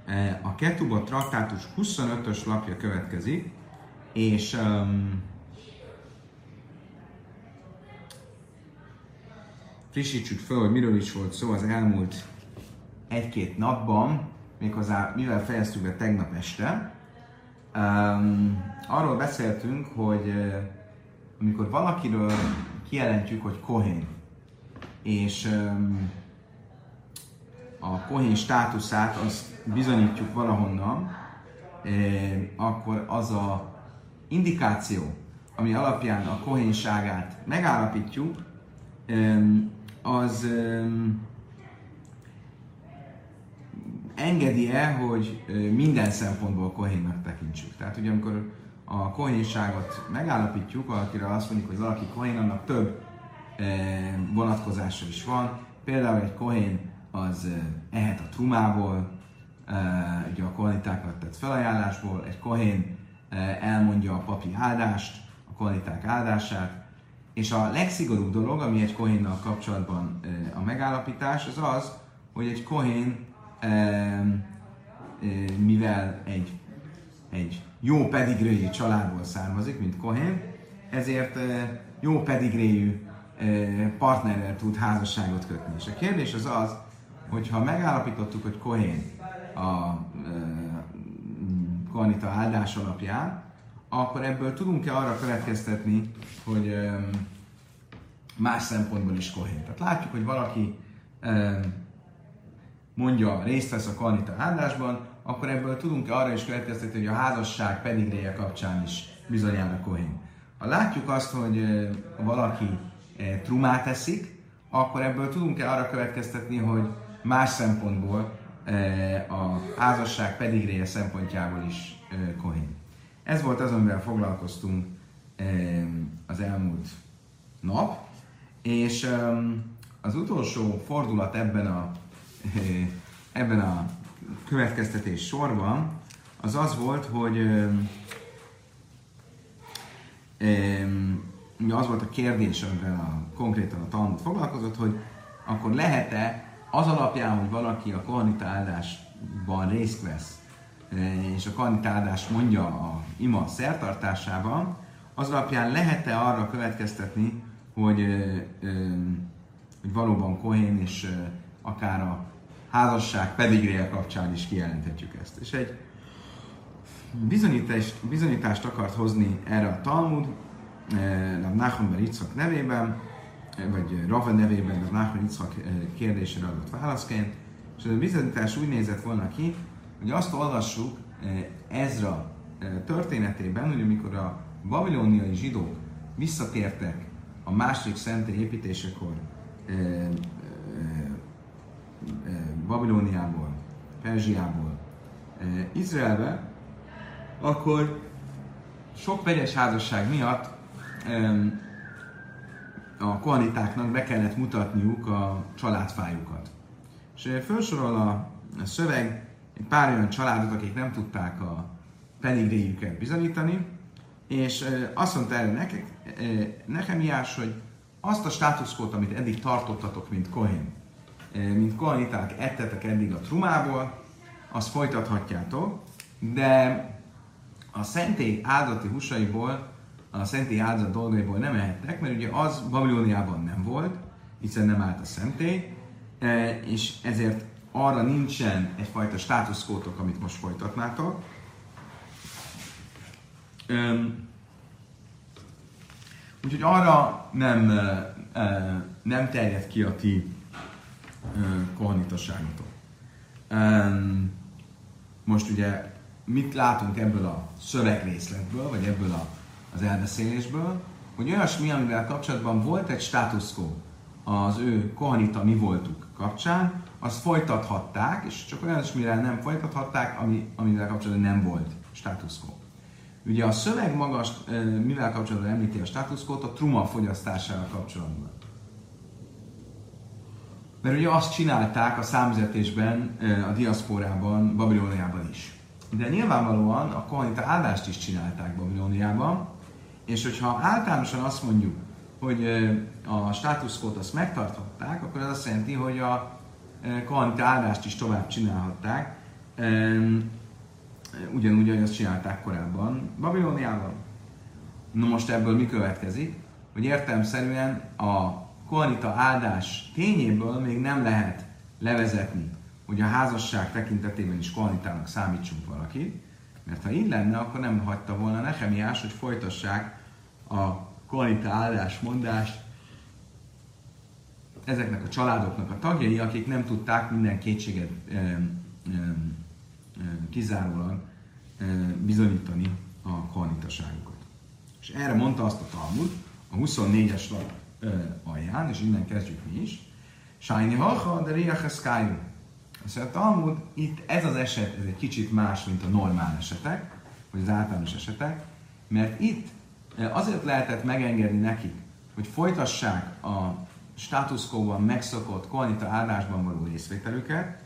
A Ketubot traktátus 25-ös lapja következik, és frissítsük fel, hogy miről is volt szó az elmúlt egy-két napban, méghozzá mivel fejeztük be tegnap este. Arról beszéltünk, hogy amikor valakiről kijelentjük, hogy kohén, és a kohén státuszát azt bizonyítjuk valahonnan, akkor az a indikáció, ami alapján a kohénságát megállapítjuk, az engedi-e, hogy minden szempontból kohénnak tekintsük. Tehát ugye amikor a kohénságot megállapítjuk, valakire azt mondjuk, hogy valaki kohén, annak több vonatkozása is van. Például egy kohén az ehet a trumából, ugye a kohanitáknak tett felajánlásból, egy kohén elmondja a papi áldást, a kohaniták áldását, és a legszigorúbb dolog, ami egy kohénnal kapcsolatban a megállapítás, az az, hogy egy kohén, mivel egy jó pedigréjű családból származik, mint kohén, ezért jó pedigréjű partnerrel tud házasságot kötni. És a kérdés az az, hogy ha megállapítottuk, hogy kohén a kohanita áldás alapján, akkor ebből tudunk-e arra következtetni, hogy más szempontból is kohén. Tehát látjuk, hogy valaki mondja, részt vesz a kohanita áldásban, akkor ebből tudunk-e arra is következtetni, hogy a házasság pedigréje kapcsán is bizonyára kohén. Ha látjuk azt, hogy valaki trumát eszik, akkor ebből tudunk-e arra következtetni, hogy más szempontból a házasság pedigréje szempontjából is kohén. Ez volt az, amivel foglalkoztunk az elmúlt nap, és az utolsó fordulat ebben a következtetés sorban az az volt, hogy az volt a kérdés, amivel konkrétan a Talmud foglalkozott, hogy akkor lehet-e az alapján, hogy valaki a kohanita áldásban részt vesz, és a kohanita áldás mondja a ima szertartásában, az alapján lehet-e arra következtetni, hogy valóban kohén, és akár a házasság pedigréje kapcsán is kijelenthetjük ezt. És egy bizonyítást akart hozni erre a Talmud, Rav Nachman bar Yitzchak nevében, vagy Rava nevében, Rav Nachman Yitzchak kérdésére adott válaszként, és ez a bizonyítás úgy nézett volna ki, hogy azt olvassuk Ezra történetében, hogy amikor a babilóniai zsidók visszatértek a második szentély építésekor Babilóniából, Perzsiából Izraelbe, akkor sok vegyes házasság miatt a kohanitáknak be kellett mutatniuk a családfájukat. És felsorol a szöveg egy pár olyan családot, akik nem tudták a pedigréjüket bizonyítani, és azt mondta erre Nehemiás, hogy azt a státuszkót, amit eddig tartottatok, mint kohén, mint kohaniták ettetek eddig a trumából, azt folytathatjátok, de a szentély áldati húsaiból, a szentély áldozat dolgaiból nem ehettek, mert ugye az Babilóniában nem volt, hiszen nem állt a szentély, és ezért arra nincsen egyfajta státuszkótok, amit most folytatnátok. Úgyhogy arra nem terjed ki a ti kohanitaságotok. Most ugye mit látunk ebből a szövegrészletből, vagy ebből az elbeszélésből, hogy olyasmi, amivel kapcsolatban volt egy státuszkó az ő kohanita mi voltuk kapcsán, azt folytathatták, és csak olyasmire nem folytathatták, amivel kapcsolatban nem volt státuszkó. Ugye a szöveg magas, mivel kapcsolatban említi a státuszkót, a truma fogyasztásával kapcsolatban. Mert ugye azt csinálták a számüzetésben, a diaszpórában, Babilóniában is. De nyilvánvalóan a kohanita áldást is csinálták Babilóniában, és hogyha általánosan azt mondjuk, hogy a státuszkót azt megtarthatták, akkor ez azt jelenti, hogy a kohanita áldást is tovább csinálhatták, ugyanúgy, ahogy azt csinálták korábban Babilóniában. Na most ebből mi következik? Hogy értelemszerűen a kohanita áldás tényéből még nem lehet levezetni, hogy a házasság tekintetében is kohanitának számítsunk valakit, mert ha így lenne, akkor nem hagyta volna Nehemiás, hogy folytassák a kohanita áldás mondást ezeknek a családoknak a tagjai, akik nem tudták minden kétséget kizárólag bizonyítani a kohanitaságukat. És erre mondta azt a Talmud, a 24-es lap alján, és innen kezdjük mi is, Sajni hacha, de riacheszkájú. Azt mondja, a Talmud, itt ez az eset, ez egy kicsit más, mint a normál esetek, vagy az általános esetek, mert itt azért lehetett megengedni nekik, hogy folytassák a státuszkóban megszokott kohanita áldásban való részvételüket,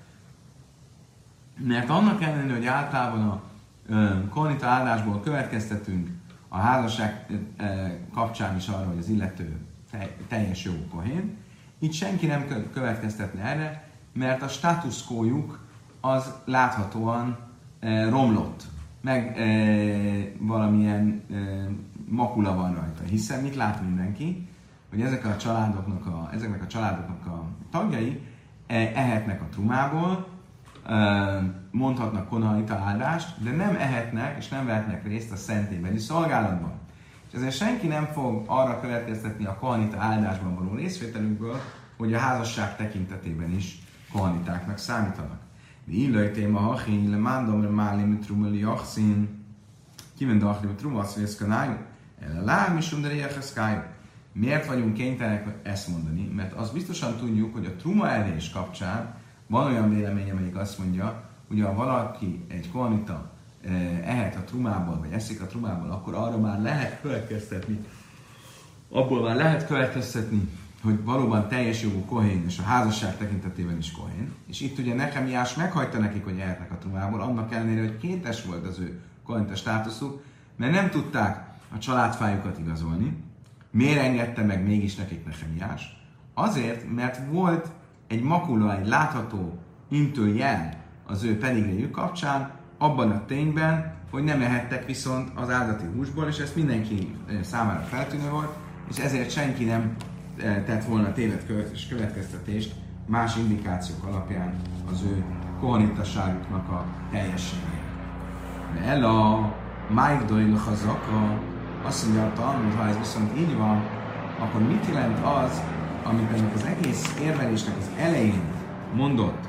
mert annak ellenére, hogy általában a kohanita áldásból következtetünk a házasság kapcsán is arra, hogy az illető teljes jogú kohén, itt senki nem következtetne erre, mert a státuszkójuk az láthatóan romlott, meg valamilyen makula van rajta. Hiszen mit lát mindenki? Hogy ezeknek a családoknak a tagjai ehetnek a trumából, mondhatnak kohanita áldást, de nem ehetnek és nem vehetnek részt a szentélybeli szolgálatban. És ezért senki nem fog arra következtetni a kohanita áldásban való részvételünkből, hogy a házasság tekintetében is kohanitáknak számítanak. De illai téma hachin, le mándom, le málim, trumeli jachszín, kivendachli, trumasz vészkanájú, el lám is underéjecheszkájú. Miért vagyunk kénytelenek ezt mondani? Mert azt biztosan tudjuk, hogy a truma evés kapcsán van olyan vélemény, amelyik azt mondja, hogy ha valaki egy kohanita ehet a trumából, vagy eszik a trumából, akkor arra már lehet következtetni, abból már lehet következtetni, hogy valóban teljes jogú kohén, és a házasság tekintetében is kohén. És itt ugye Nehemiás meghagyta nekik, hogy ehetnek a trumából, annak ellenére, hogy kétes volt az ő kohanita státuszuk, mert nem tudták a családfájukat igazolni. Miért engedte meg mégis nekik Nehemiás? Azért, mert volt egy makula, egy látható intő jel az ő pedigréjük kapcsán, abban a tényben, hogy nem ehettek viszont az áldati húsból, és ez mindenki számára feltűnő volt, és ezért senki nem tett volna tévedkövetkeztetést következtetést más indikációk alapján az ő kohanitasságuknak a teljességére. De el a májgdói hazaka azt mondja a Talmud, ha ez viszont így van, akkor mit jelent az, amit ennek az egész érvelésnek az elején mondott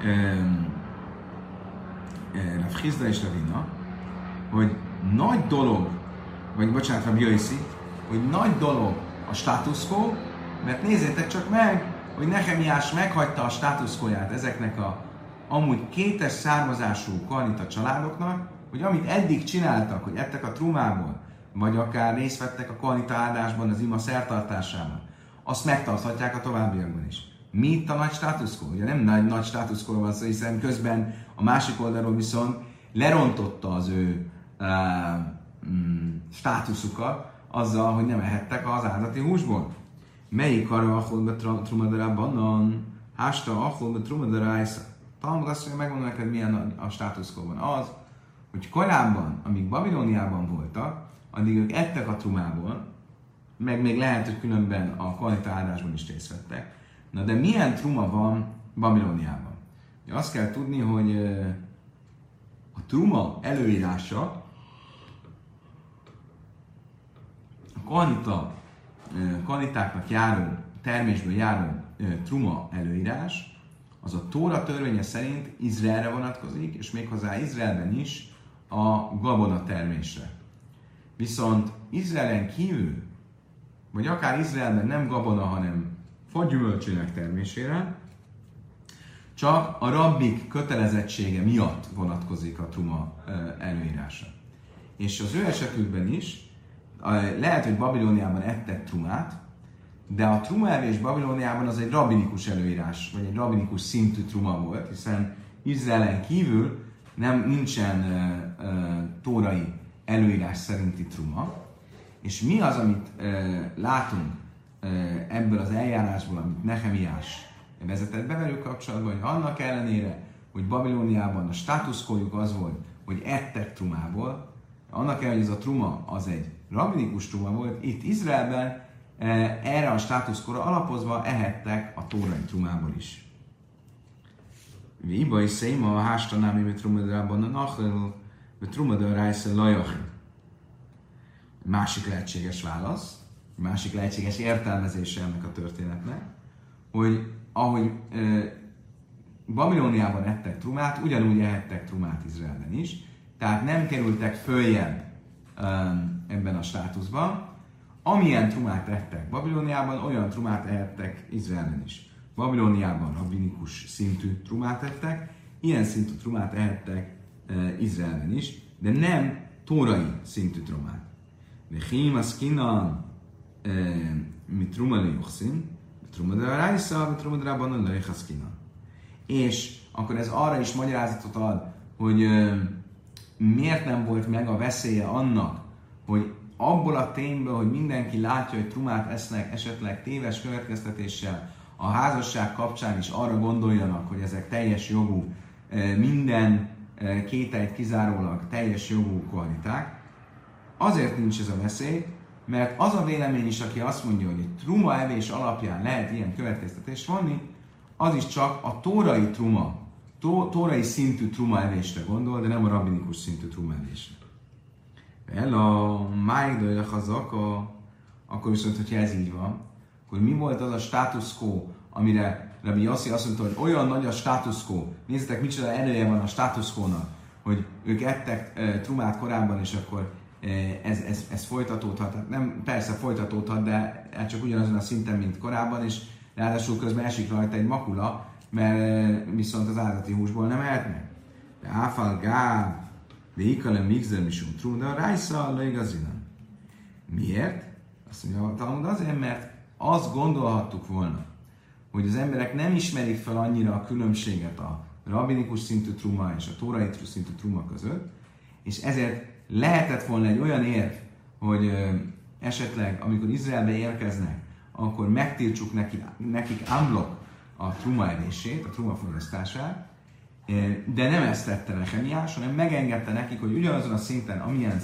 Rav Hizda és Ravina, hogy nagy dolog, vagy bocsánat, Rav Yosi, hogy nagy dolog a státuszkó, mert nézzétek csak meg, hogy Nehemiás meghagyta a státuszkóját ezeknek a amúgy kétes származású kohanita családoknak, hogy amit eddig csináltak, hogy ettek a trumából, vagy akár részt vettek a kohanita áldásban, az ima szertartásában, azt megtarthatják a továbbiakban is. Mi itt a nagy státuszkó? Ugye nem nagy státuszkó van szó, hiszen közben a másik oldalról viszont lerontotta az ő státuszukat azzal, hogy nem ehettek az áldati húsból. Melyik arra aholbe trumadarában, hásta aholbe trumadarájsz. Talmud azt mondja, megmondom neked, milyen a státuszkóban. Az, hogy korábban, amíg Babilóniában voltak, addig ők ettek a trumából, meg még lehet, hogy különben a kohanita áldásban is részt vettek. Na de milyen truma van Babilóniában? Azt kell tudni, hogy a truma előírása, a kohanitáknak járó, termésből járó truma előírás, az a Tóra törvénye szerint Izraelre vonatkozik, és méghozzá Izraelben is a gabona termésre. Viszont Izraelen kívül, vagy akár Izraelben nem gabona, hanem fagyümölcsének termésére, csak a rabbik kötelezettsége miatt vonatkozik a truma előírása. És az ő esetükben is lehet, hogy Babilóniában ettek trumát, de a trumaevés Babilóniában az egy rabbinikus előírás, vagy egy rabbinikus szintű truma volt, hiszen Izraelen kívül nincsen tórai előírás szerinti truma. És mi az, amit látunk ebből az eljárásból, amit Nehemiás vezetett be velük kapcsolatban, hogy annak ellenére, hogy Babilóniában a státuszkójuk az volt, hogy ettek trumából, annak ellenére, hogy ez a truma az egy rabbinikus truma volt, itt Izraelben erre a státuszkóra alapozva ehettek a tórai trumából is. Viba is széma a hástanámi mit trumadrában a nachel, vagy trumadra rájszel lajach. Másik lehetséges válasz, másik lehetséges értelmezése ennek a történetnek, hogy ahogy Babilóniában ettek trumát, ugyanúgy ehettek trumát Izraelben is, tehát nem kerültek följebb ebben a státuszban. Amilyen trumát ettek Babilóniában, olyan trumát ehettek Izraelben is. Babilóniában rabbinikus szintű trumát ettek, ilyen szintű trumát ehettek Izraelben is, de nem tórai szintű trumát. De hím az kinan mit truma lejuchszin, truma de rájsza, truma de rában a lejchasz kinan. És akkor ez arra is magyarázatot ad, hogy miért nem volt meg a veszélye annak, hogy abból a tényből, hogy mindenki látja, hogy trumát esznek, esetleg téves következtetéssel a házasság kapcsán is arra gondoljanak, hogy ezek teljes jogú, minden kételyt kizárólag teljes jogú kvaliták. Azért nincs ez a veszély, mert az a vélemény is, aki azt mondja, hogy egy truma evés alapján lehet ilyen következtetést vonni, az is csak a tórai truma, tórai szintű truma evésre gondol, de nem a rabbinikus szintű truma evésre. A máigdajlach az akkor viszont, hogyha ez így van, akkor mi volt az a status quo, amire Rabbi Yossi azt mondta, hogy olyan nagy a status quo, nézzétek, micsoda erője van a status quo-nak, hogy ők ettek trumát korábban, és akkor ez folytatódhat. Hát nem, persze folytatódhat, de csak ugyanazon a szinten, mint korábban, és ráadásul közben esik rajta egy makula, mert viszont az áldati húsból nem ehetnek. De áfal gáb, de ikalem mixer misum trú, de a rájsza leigazinen. Miért? Azt mondja a Talmud azért, mert azt gondolhattuk volna, hogy az emberek nem ismerik fel annyira a különbséget a rabbinikus szintű truma és a tórai szintű truma között, és ezért lehetett volna egy olyan érv, hogy esetleg, amikor Izraelbe érkeznek, akkor megtiltsuk nekik unblock a truma evését, a truma fogyasztását, de nem ezt tette Nehemiás, hanem megengedte nekik, hogy ugyanazon a szinten,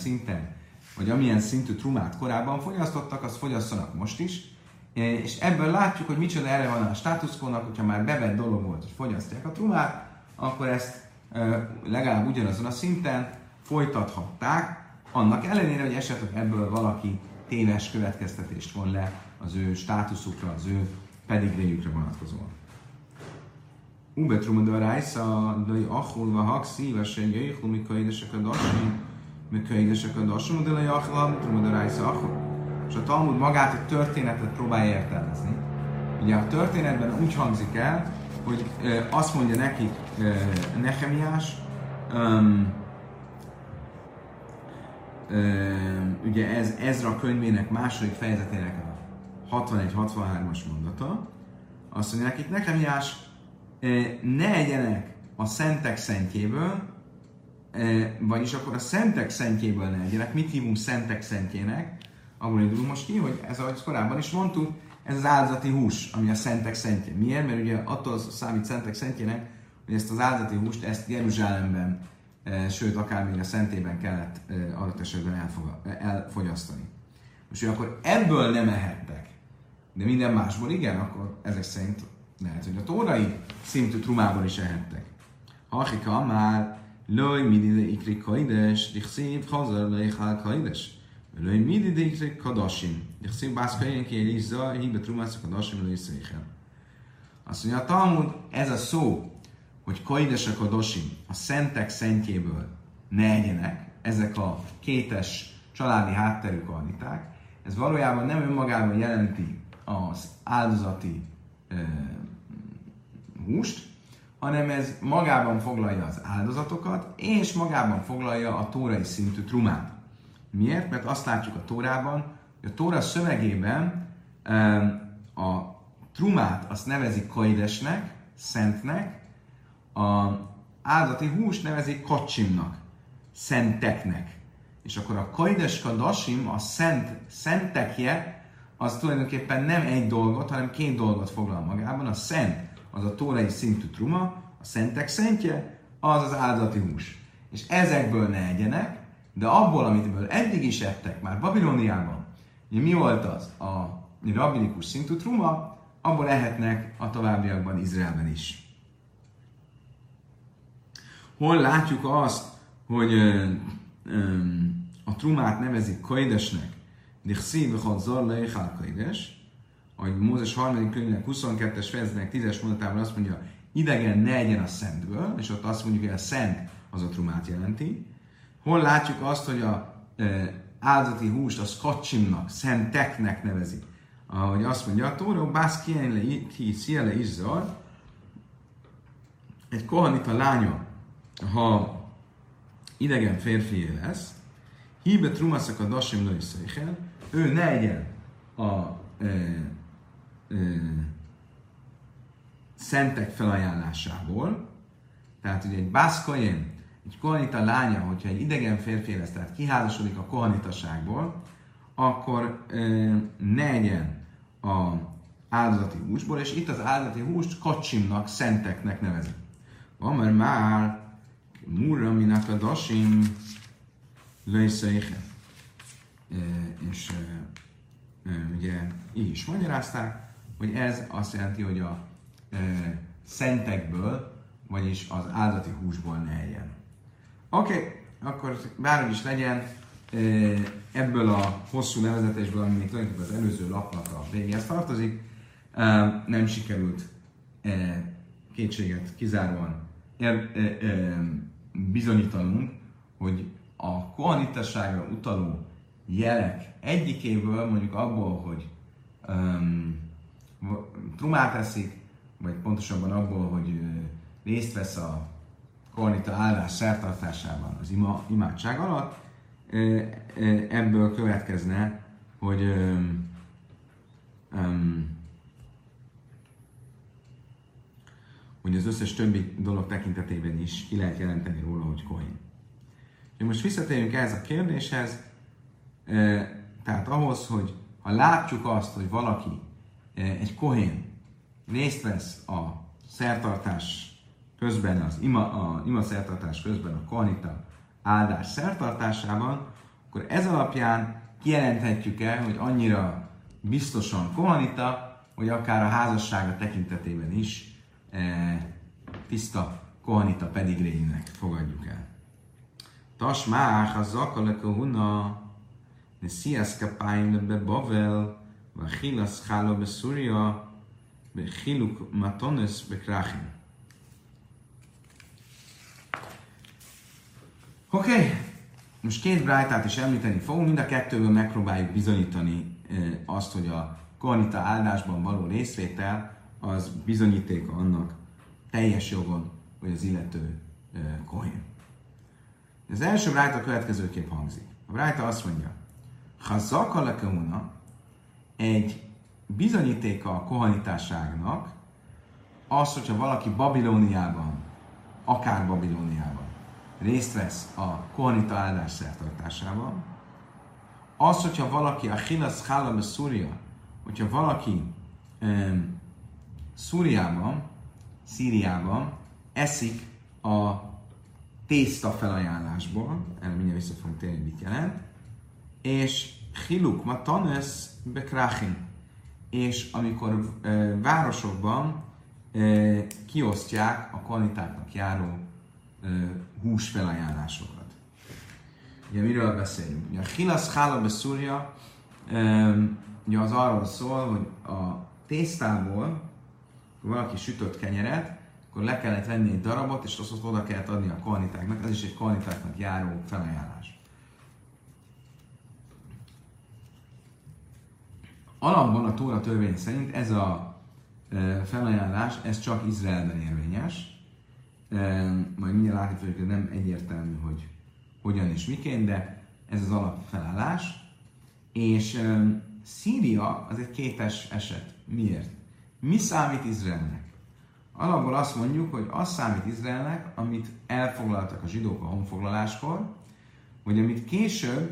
amilyen szintű trumát korábban fogyasztottak, azt fogyasszanak most is, és ebből látjuk, hogy micsoda erre van a státuszkónak, hogyha már bevett dolog volt, hogy fogyasztják a trumát, akkor ezt legalább ugyanazon a szinten folytathatták, annak ellenére, hogy esetleg ebből valaki téves következtetést von le az ő státuszukra, az ő pedigréjükre vonatkozóan. Ubetrumad a rájsza, de achulva hakszi, vesen jöjjhul, mikor édesek a dasim, de lejachlam, trumad a rájsza achul. És a Talmud magát a történetet próbálja értelmezni. Ugye a történetben úgy hangzik el, hogy azt mondja nekik Nehemiás, ugye ez Ezra könyvének második fejezetének a 61-63-as mondata, azt mondja nekik, Nehemiás, ne egyenek a szentek szentjéből, vagyis akkor a szentek szentjéből ne egyenek. Mit hívunk szentek szentjének? Abból indulunk most ki, hogy ez, ahogy korábban is mondtuk, ez az áldozati hús, ami a szentek szentje. Miért? Mert ugye attól számít szentek szentjének, hogy ezt az áldozati húst, ezt Jeruzsálemben, sőt, akár még a szentében kellett adott esetben elfogyasztani. Most akkor ebből nem ehettek, de minden másból igen, akkor ezek szerint lehet, hogy a tórai szintű trumából is ehettek. Hachika már löj midide ikri kaides, dichszív hazar lejhál kaides. Löj midide ikri kadasim. Dichszív bászkajen ki elizza, híbe trumász a kadasim löj széchen. Azt mondja a Talmud, ez a szó, hogy kaides a kadasim, a szentek szentjéből ne egyenek, ezek a kétes családi hátterű karniták, ez valójában nem önmagában jelenti az áldozati húst, hanem ez magában foglalja az áldozatokat, és magában foglalja a tórai szintű trumát. Miért? Mert azt látjuk a Tórában, hogy a Tóra szövegében a trumát azt nevezik kaidesnek, szentnek, a áldozati húst nevezik kacsimnak, szenteknek. És akkor a kaides kadasim, a szentekje, az tulajdonképpen nem egy dolgot, hanem két dolgot foglal magában. A szent az a tórai szintű truma, a szentek szentje, az az áldozati hús. És ezekből ne egyenek, de abból, amitből eddig is ettek már Babilóniában, mi volt az? A rabbinikus szintű truma, abból ehetnek a továbbiakban Izraelben is. Hol látjuk azt, hogy a trumát nevezik koidesnek, de szívechad zar leichál koides, ahogy Mózes 3. könyvének 22-es fejezetnek 10-es mondatában azt mondja, idegen ne egyen a szentből, és ott azt mondjuk, hogy a szent az a trumát jelenti. Hol látjuk azt, hogy a áldozati húst a skotcsimnak, szenteknek nevezik. Ahogy azt mondja, a Tóra, bász kiele is zar, egy kohanita lánya, ha idegen férfié lesz, híbe trumaszak a dasim női szeichel, ő ne egyen a szentek felajánlásából, tehát ugye egy bászkojen, egy kohanita lánya, hogyha egy idegen férfi lesz, tehát kiházasodik a kohanitaságból, akkor ne egyen a áldozati húsból, és itt az áldozati húst kocsimnak, szenteknek nevezik. Van már múra minak a dasim löjszeiche. És ugye így is magyarázták, hogy ez azt jelenti, hogy a szentekből, vagyis az áldozati húsból ne egyen. Oké, akkor bárhogy is legyen, ebből a hosszú nevezetésből, ami még tulajdonképpen az előző lapnak a végéhez tartozik, nem sikerült kétséget kizáróan bizonyítanunk, hogy a kohanitaságra utaló jelek egyikéből, mondjuk abból, hogy trumát eszik, vagy pontosabban abból, hogy részt vesz a kohanita áldás szertartásában az imádság alatt, ebből következne, hogy hogy az összes többi dolog tekintetében is ki lehet jelenteni róla, hogy kohén. Most visszatérünk ehhez a kérdéshez, tehát ahhoz, hogy ha látjuk azt, hogy valaki, egy kohén részt vesz a szertartás közben, az ima szertartás közben a kohanita áldás szertartásában, akkor ez alapján kijelenthetjük el, hogy annyira biztosan kohanita, hogy akár a házassága tekintetében is tiszta kohanita pedigréjének fogadjuk el. Tasmách a zakalekahuna nesias kapáim be Bavel, vagy hilasz hála be Szúria, be hiluk matones be Krachim. Oké, most két brájtát is említeni fogunk, mind a kettőből megpróbáljuk bizonyítani azt, hogy a kohanita áldásban való részvétel az bizonyítéka annak teljes jogon, hogy az illető kohén. Az első brájta következőképp hangzik. A brájta azt mondja, ha zakalekehuna egy bizonyítéka a kohanitásságnak, az, hogyha valaki Babilóniában, akár Babilóniában részt vesz a kohanita áldás szertartásában, az, hogyha valaki a hilasz hála Szúria, hogyha valaki Szíriában eszik a tészta felajánlásból, erre mindjárt vissza fogunk térni, mit jelent, és hiluk matanes bekrachin, és amikor városokban kiosztják a kohanitáknak járó húsfelajánlásokat. Ugye miről beszélünk? Ugye a hilasz hála beszúrja, ugye az arról szól, hogy a tésztából, ha valaki sütött kenyeret, akkor le kellett venni egy darabot, és azt oda kellett adni a kohanitáknak, ez is egy kohanitáknak járó felajánlás. Alapban a Tóra törvény szerint ez a felajánlás, ez csak Izraelben érvényes. Majd mindjárt látni fogjuk, hogy nem egyértelmű, hogy hogyan és miként, de ez az alapfelállás. És Szíria az egy kétes eset. Miért? Mi számít Izraelnek? Alapból azt mondjuk, hogy az számít Izraelnek, amit elfoglaltak a zsidók a honfoglaláskor, hogy amit később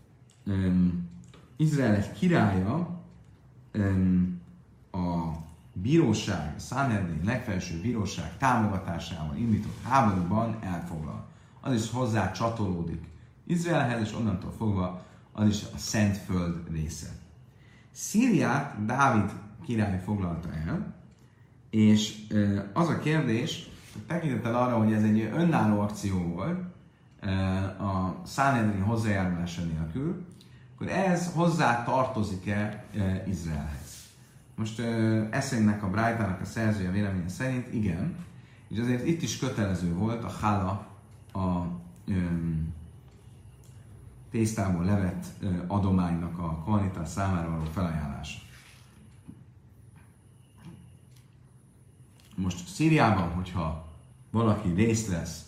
Izrael egy királya a bíróság, Sanhedrin legfelső bíróság támogatásával indított háborúban elfoglal. Az is hozzá csatolódik Izraelhez, és onnantól fogva az is a Szentföld része. Szíriát Dávid király foglalta el, és az a kérdés, tekintettel arra, hogy ez egy önálló akció volt, a Sanhedrin hozzájárulása nélkül, akkor ez hozzá tartozik-e Izraelhez? Most Eszénnek, a Brájtának a szerzője véleménye szerint igen, és azért itt is kötelező volt a hála, a tésztából levett adománynak a kohanitás számára való felajánlása. Most Szíriában, hogyha valaki részt vesz,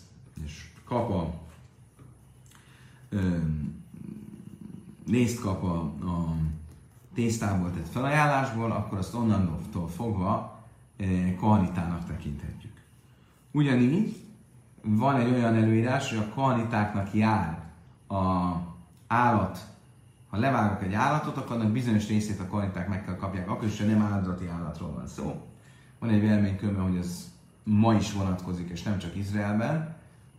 részt kap a tésztából tett felajánlásból, akkor azt onnantól fogva kohanitának tekinthetjük. Ugyanígy van egy olyan előírás, hogy a kohanitáknak jár a állat, ha levágok egy állatot, akkor annak bizonyos részét a kohaniták meg kell kapják, akkor is, nem áldozati állatról van szó. Van egy véleménykörben, hogy ez ma is vonatkozik, és nem csak Izraelben.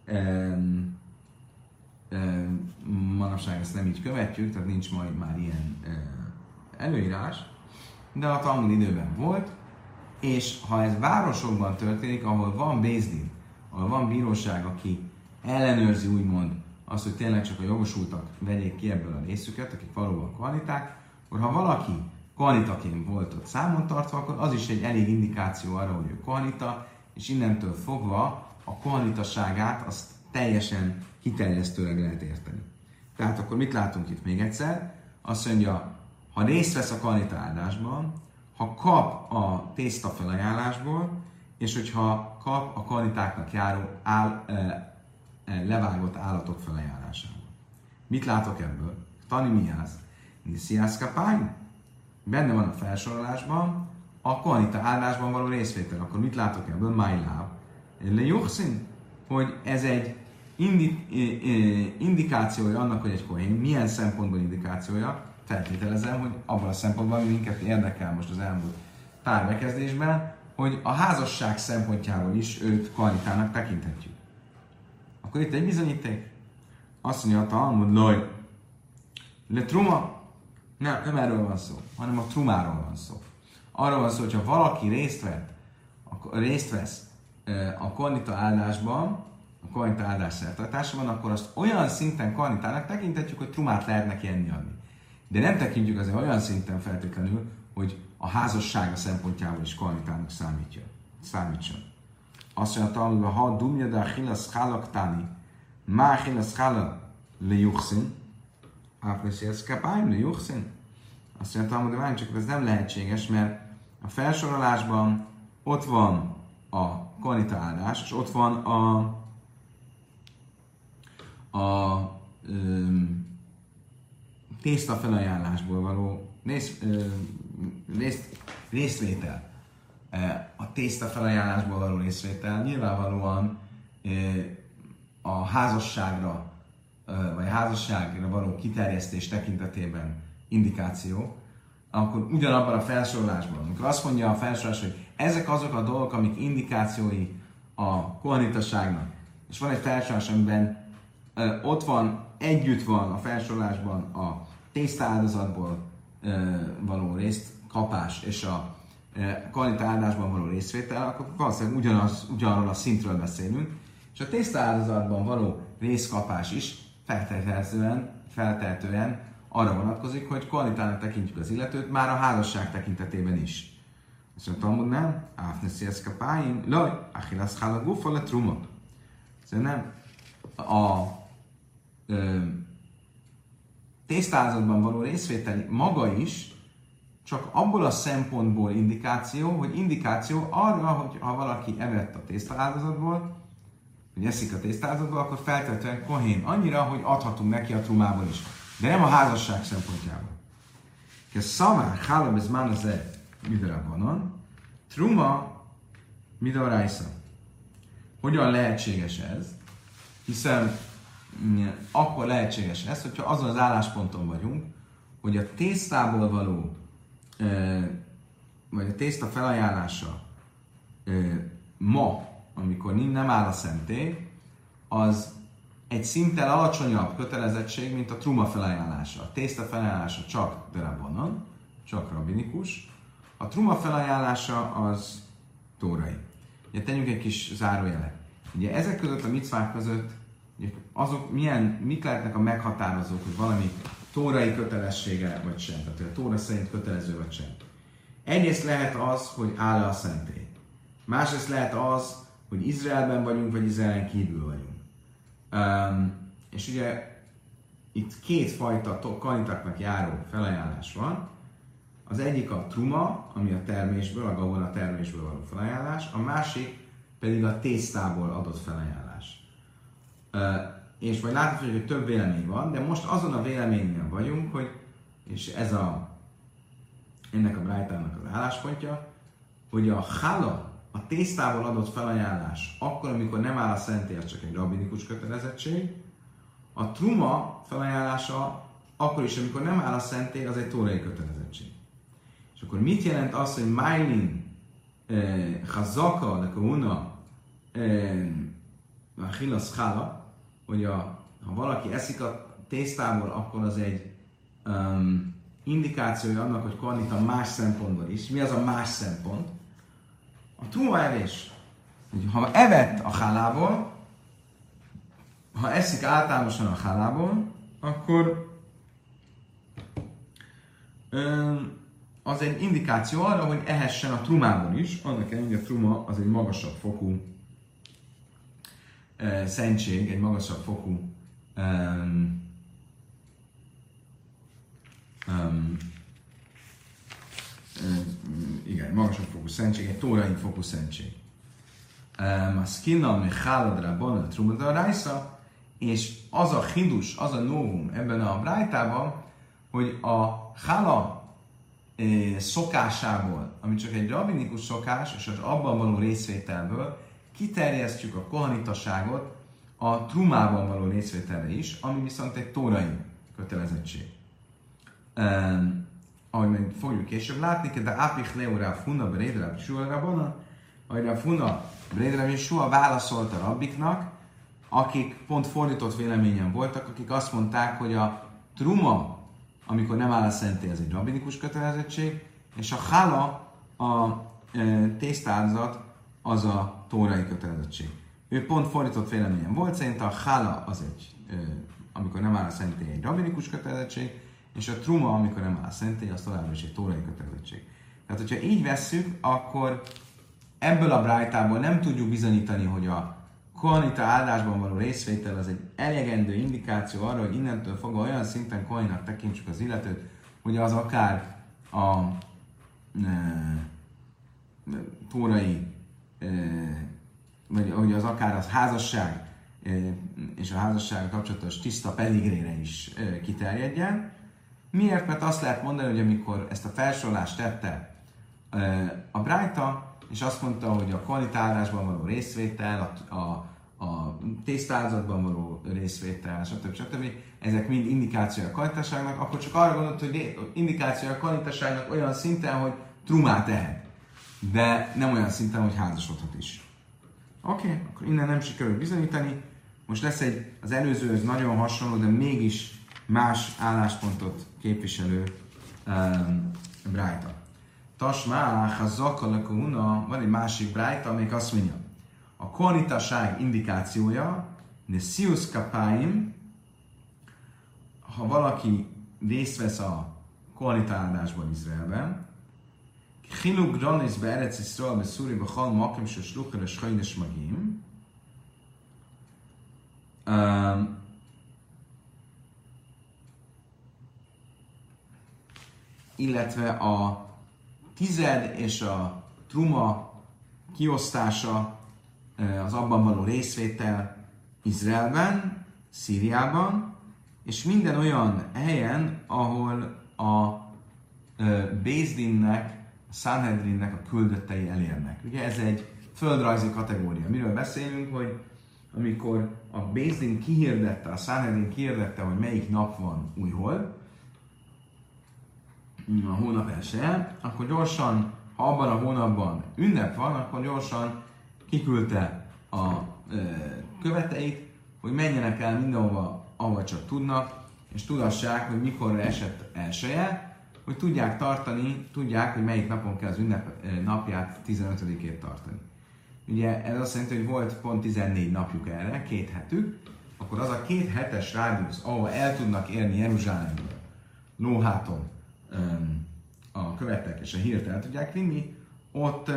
Manapság ezt nem így követjük, tehát nincs majd már ilyen előírás, de a Talmud időben volt, és ha ez városokban történik, ahol van Bézdin, ahol van bíróság, aki ellenőrzi úgymond azt, hogy tényleg csak a jogosultak vegyék ki ebből a részüket, akik valóban kohaniták, akkor ha valaki kohanitaként volt ott számon tartva, akkor az is egy elég indikáció arra, hogy ő kohanita, és innentől fogva a kohanitaságát azt teljesen kiterjesztőleg lehet érteni. Tehát akkor mit látunk itt még egyszer? Azt mondja, ha részt vesz a kohanita áldásban, ha kap a tészta felajánlásból, és hogyha kap a kohanitáknak járó levágott állatok felajánlásából. Mit látok ebből? Tani miház? Nisziászkapány? Benne van a felsorolásban a kohanita áldásban való részvétel. Akkor mit látok ebből? Májláv. Le juxin, hogy ez egy indikációja annak, hogy egy kohén. Milyen szempontból indikációja? Feltételezem, hogy abban a szempontból, ami minket érdekel most az elmúlt pár bekezdésben, hogy a házasság szempontjából is őt kohanitának tekinthetjük. Akkor itt egy bizonyíték. Azt mondja a Talmud, loj, le truma, nem erről van szó, hanem a trumáról van szó. Arról van szó, hogyha valaki részt vesz a kohanita áldásban, a kohanita áldás szertartásában, akkor azt olyan szinten kohanitának tekinthetjük, hogy trumát lehet neki enni adni. De nem tekintjük azért olyan szinten feltétlenül, hogy a házassága szempontjából is kohanitának számítson. Azt mondja a Talmudban, ha dumja de a chilasz hálaktáni, má chilasz hála le juxin, ápneszi ez kapáim le juxin. Azt mondja a Talmud, hogy csak ez nem lehetséges, mert a felsorolásban ott van a kohanita áldás, és ott van a tészta felajánlásból való részvétel. A tészta felajánlásból való részvétel nyilvánvalóan a házasságra, vagy a házasságra való kiterjesztés tekintetében indikáció, akkor ugyanabban a felsorolásban, amikor azt mondja a felsorolás, hogy ezek azok a dolgok, amik indikációi a kohanitaságnak, és van egy felsorolás, amiben ott van, együtt van a felsorolásban a tésztaáldozatból való résztkapás és a kohanita áldásban való részvétel, akkor valószínűleg ugyanarról a szintről beszélünk, és a tésztaáldozatban való részkapás is feltehetően arra vonatkozik, hogy kohanitának tekintjük az illetőt, már a házasság tekintetében is. Azt mondja, Talmud nem, áfneszi eszkapáim, laj, achilasz hála gufa le truma. Szerintem a tésztázatban való részvételi maga is csak abból a szempontból indikáció, hogy indikáció arra, hogy ha valaki evett a tésztaáldozatból, hogy eszik a tésztázatból, akkor feltétlenül kohén annyira, hogy adhatunk neki a trumából is. De nem a házasság szempontjából. Ke szamár, hálab ez már az midrabanon, truma midarájsza. Hogyan lehetséges ez? Hiszen akkor lehetséges ez, hogyha azon az állásponton vagyunk, hogy a tésztából való vagy a tészta felajánlása ma, amikor nem áll a szentély, az egy szinttel alacsonyabb kötelezettség, mint a truma felajánlása. A tészta felajánlása csak derabanan, csak rabbinikus. A truma felajánlása az tórai. Ugye tegyünk egy kis zárójelet. Ugye ezek között a micvák között azok mik lehetnek a meghatározók, hogy valami tórai kötelessége vagy sem, tehát a tóra szerint kötelező vagy sem. Egyrészt lehet az, hogy áll a szentély. Másrészt lehet az, hogy Izraelben vagyunk, vagy Izraelen kívül vagyunk. És ugye itt kétfajta kanitaknak járó felajánlás van. Az egyik a truma, ami a termésből, a gabona termésből való felajánlás, a másik pedig a tésztából adott felajánlás. És vagy láthatjuk, hogy több vélemény van, de most azon a véleményen vagyunk, hogy, és ez ennek a brájtának az álláspontja, hogy a chala, a tésztából adott felajánlás, akkor, amikor nem áll a szentély, az csak egy rabbinikus kötelezettség. A truma felajánlása akkor is, amikor nem áll a szentély, az egy tórai kötelezettség. És akkor mit jelent az, hogy Májlin, Chazaka, Lekahuna, Chilasz Chala, hogy ha valaki eszik a tésztából, akkor az egy indikációja annak, hogy kohanita más szempontból is. Mi az a más szempont? A truma evés. Ha evett a hálából, ha eszik általánosan a hálából, akkor az egy indikáció arra, hogy ehessen a trumából is, annak ellenére, hogy a truma az egy magasabb fokú szentség, egy magasabb fokú igen, magasabb fokú szentség, egy tórai fokú szentség. A skinna, mi háladra, a trumada rájsza, és az a hindus, az a novum ebben a brájtában, hogy a hála szokásából, ami csak egy rabbinikus szokás, és az abban való részvételből kiterjesztjük a kohanitaságot a trumában való részvételre is, ami viszont egy tórai kötelezettség. Ahogy meg fogjuk később látni, de Apich Leóra Funa Bredra Sua Rabona, ahogy a Funa Bredra Sua válaszolt a rabbiknak, akik pont fordított véleményen voltak, akik azt mondták, hogy a truma, amikor nem áll a szentély, ez egy rabbinikus kötelezettség, és a chala, a tésztázat, az a tórai kötelezettség. Ő pont fordított véleményen volt, szerint a chala az egy, amikor nem áll a szentély, egy rabbinikus kötelezettség, és a truma, amikor nem áll a szentély, az továbbra is egy tórai kötelezettség. Tehát, hogyha így vesszük, akkor ebből a brájtából nem tudjuk bizonyítani, hogy a kohanita áldásban való részvétel az egy elegendő indikáció arra, hogy innentől fogva olyan szinten kohaninak tekintsük az illetőt, hogy az akár a tórai, vagy hogy az akár az házasság és a házassággal kapcsolatos tiszta pedigrére is kiterjedjen. Miért? Mert azt lehet mondani, hogy amikor ezt a felsorolást tette a brájta, és azt mondta, hogy a kohanitálásban való részvétel, a tésztázatban való részvétel, stb. Ezek mind indikációja a kohanitaságnak, akkor csak arra gondolt, hogy indikációja a kohanitaságnak olyan szinten, hogy trumát tehet, de nem olyan szinten, hogy házasodhat is. Oké, akkor innen nem sikerül bizonyítani. Most lesz az előzőhöz nagyon hasonló, de mégis más álláspontot képviselő brájta. Tasmá, Zakalakuna, van egy másik brájta, amelyik azt mondja, a kohanitaság indikációja, de Sius Kapáim, ha valaki részt vesz a kohanitálásban Izraelben, Chiluk Granis be Erec Yisrael be Szúri be Chal Makim se Slucher és Hajnes Magim, illetve a tized és a truma kiosztása, az abban való részvétel Izraelben, Szíriában, és minden olyan helyen, ahol a Bézdinnek, a Sanhedrinnek a küldöttei elérnek. Ugye ez egy földrajzi kategória. Miről beszélünk, hogy amikor a Bézdin kihirdette, a Sanhedrin kihirdette, hogy melyik nap van újhold, a hónap elsője, akkor gyorsan ha abban a hónapban ünnep van, akkor gyorsan kiküldte a követeit, hogy menjenek el mindenhova, ahova csak tudnak, és tudassák, hogy mikor esett elsője, hogy tudják tartani, tudják, hogy melyik napon kell az ünnep napját 15-ét tartani. Ugye ez azt jelenti, hogy volt pont 14 napjuk erre, 2 hetük, akkor az a 2 hetes rádiusz, ahol el tudnak érni Jeruzsálemből, lóháton a követek és a hírt el tudják vinni, ott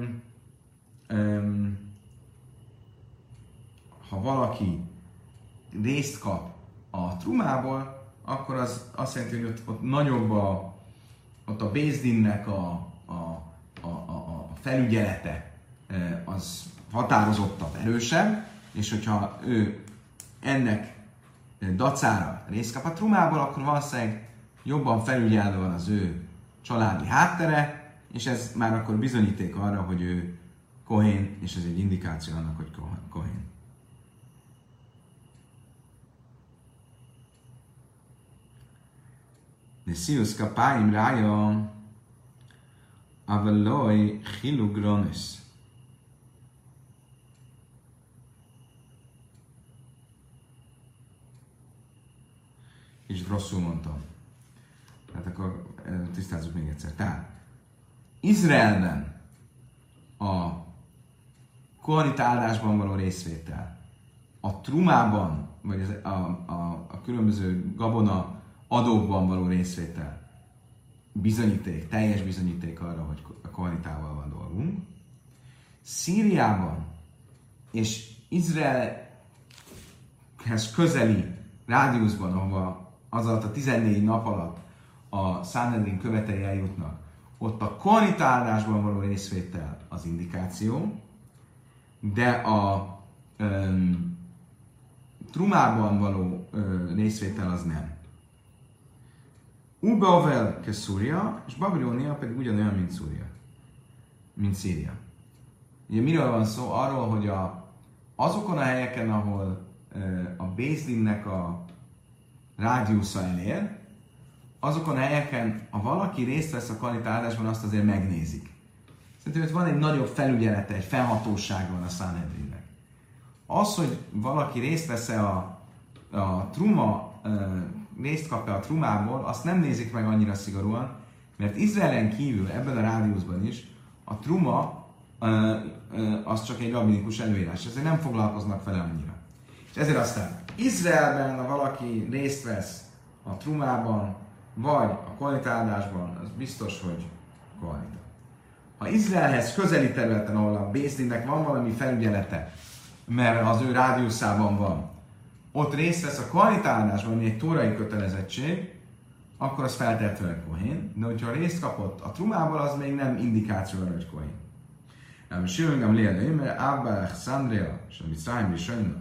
ha valaki részt kap a trumából, akkor az azt jelenti, hogy ott nagyobb ott a Bézdinnek a felügyelete az határozottabb, erősebb, és hogyha ő ennek dacára részt kap a trumából, akkor valószínűleg jobban felügyelve van az ő családi háttere, és ez már akkor bizonyíték arra, hogy ő kohén, és ez egy indikáció annak, hogy kohén. Nesius kapáim rája avaloi chilugronis. És rosszul mondtam. Tehát akkor tisztázzuk még egyszer. Tehát Izraelben a kohanita áldásban való részvétel, a trumában, vagy a különböző gabona adókban való részvétel bizonyíték, teljes bizonyíték arra, hogy a kohanitával van dolgunk. Szíriában és Izraelhez közeli rádiuszban, ahova az alatt a 14 nap alatt a Sanhedrin követei eljutnak, ott a kohanita áldásban való részvétel az indikáció, de a trumában való részvétel az nem. Ubavel ke Szúria, és Babilónia pedig ugyanolyan, mint Szíria. Ugye miről van szó? Arról, hogy azokon a helyeken, ahol a Bézdinnek a rádiusza elér, azokon a helyeken, ha valaki részt vesz a kohanita áldásban, azt azért megnézik. Szerintem hogy van egy nagyobb felügyelete, egy felhatósága van a Sanhedrinnek. Az, hogy valaki részt vesz-e a truma, részt kap-e a trumából, azt nem nézik meg annyira szigorúan, mert Izraelen kívül, ebben a rádiuszban is, a truma az csak egy rabbinikus előírás, ezért nem foglalkoznak vele annyira. És ezért aztán Izraelben, ha valaki részt vesz a trumában, vagy a kohanita áldásban, az biztos, hogy kohanita. Ha Izraelhez közeli területen, ahol a Bézdinnek van valami felügyelete, mert az ő rádiuszában van, ott részt vesz a kohanita áldásban, ami egy tórai kötelezettség, akkor az feltétlenül kohén, de hogyha részt kapott a trumából, az még nem indikáció arra, hogy kohén. Nem, Simon Gamliel, mert Abba Alexandria, és a Mitzrayim is sajnál,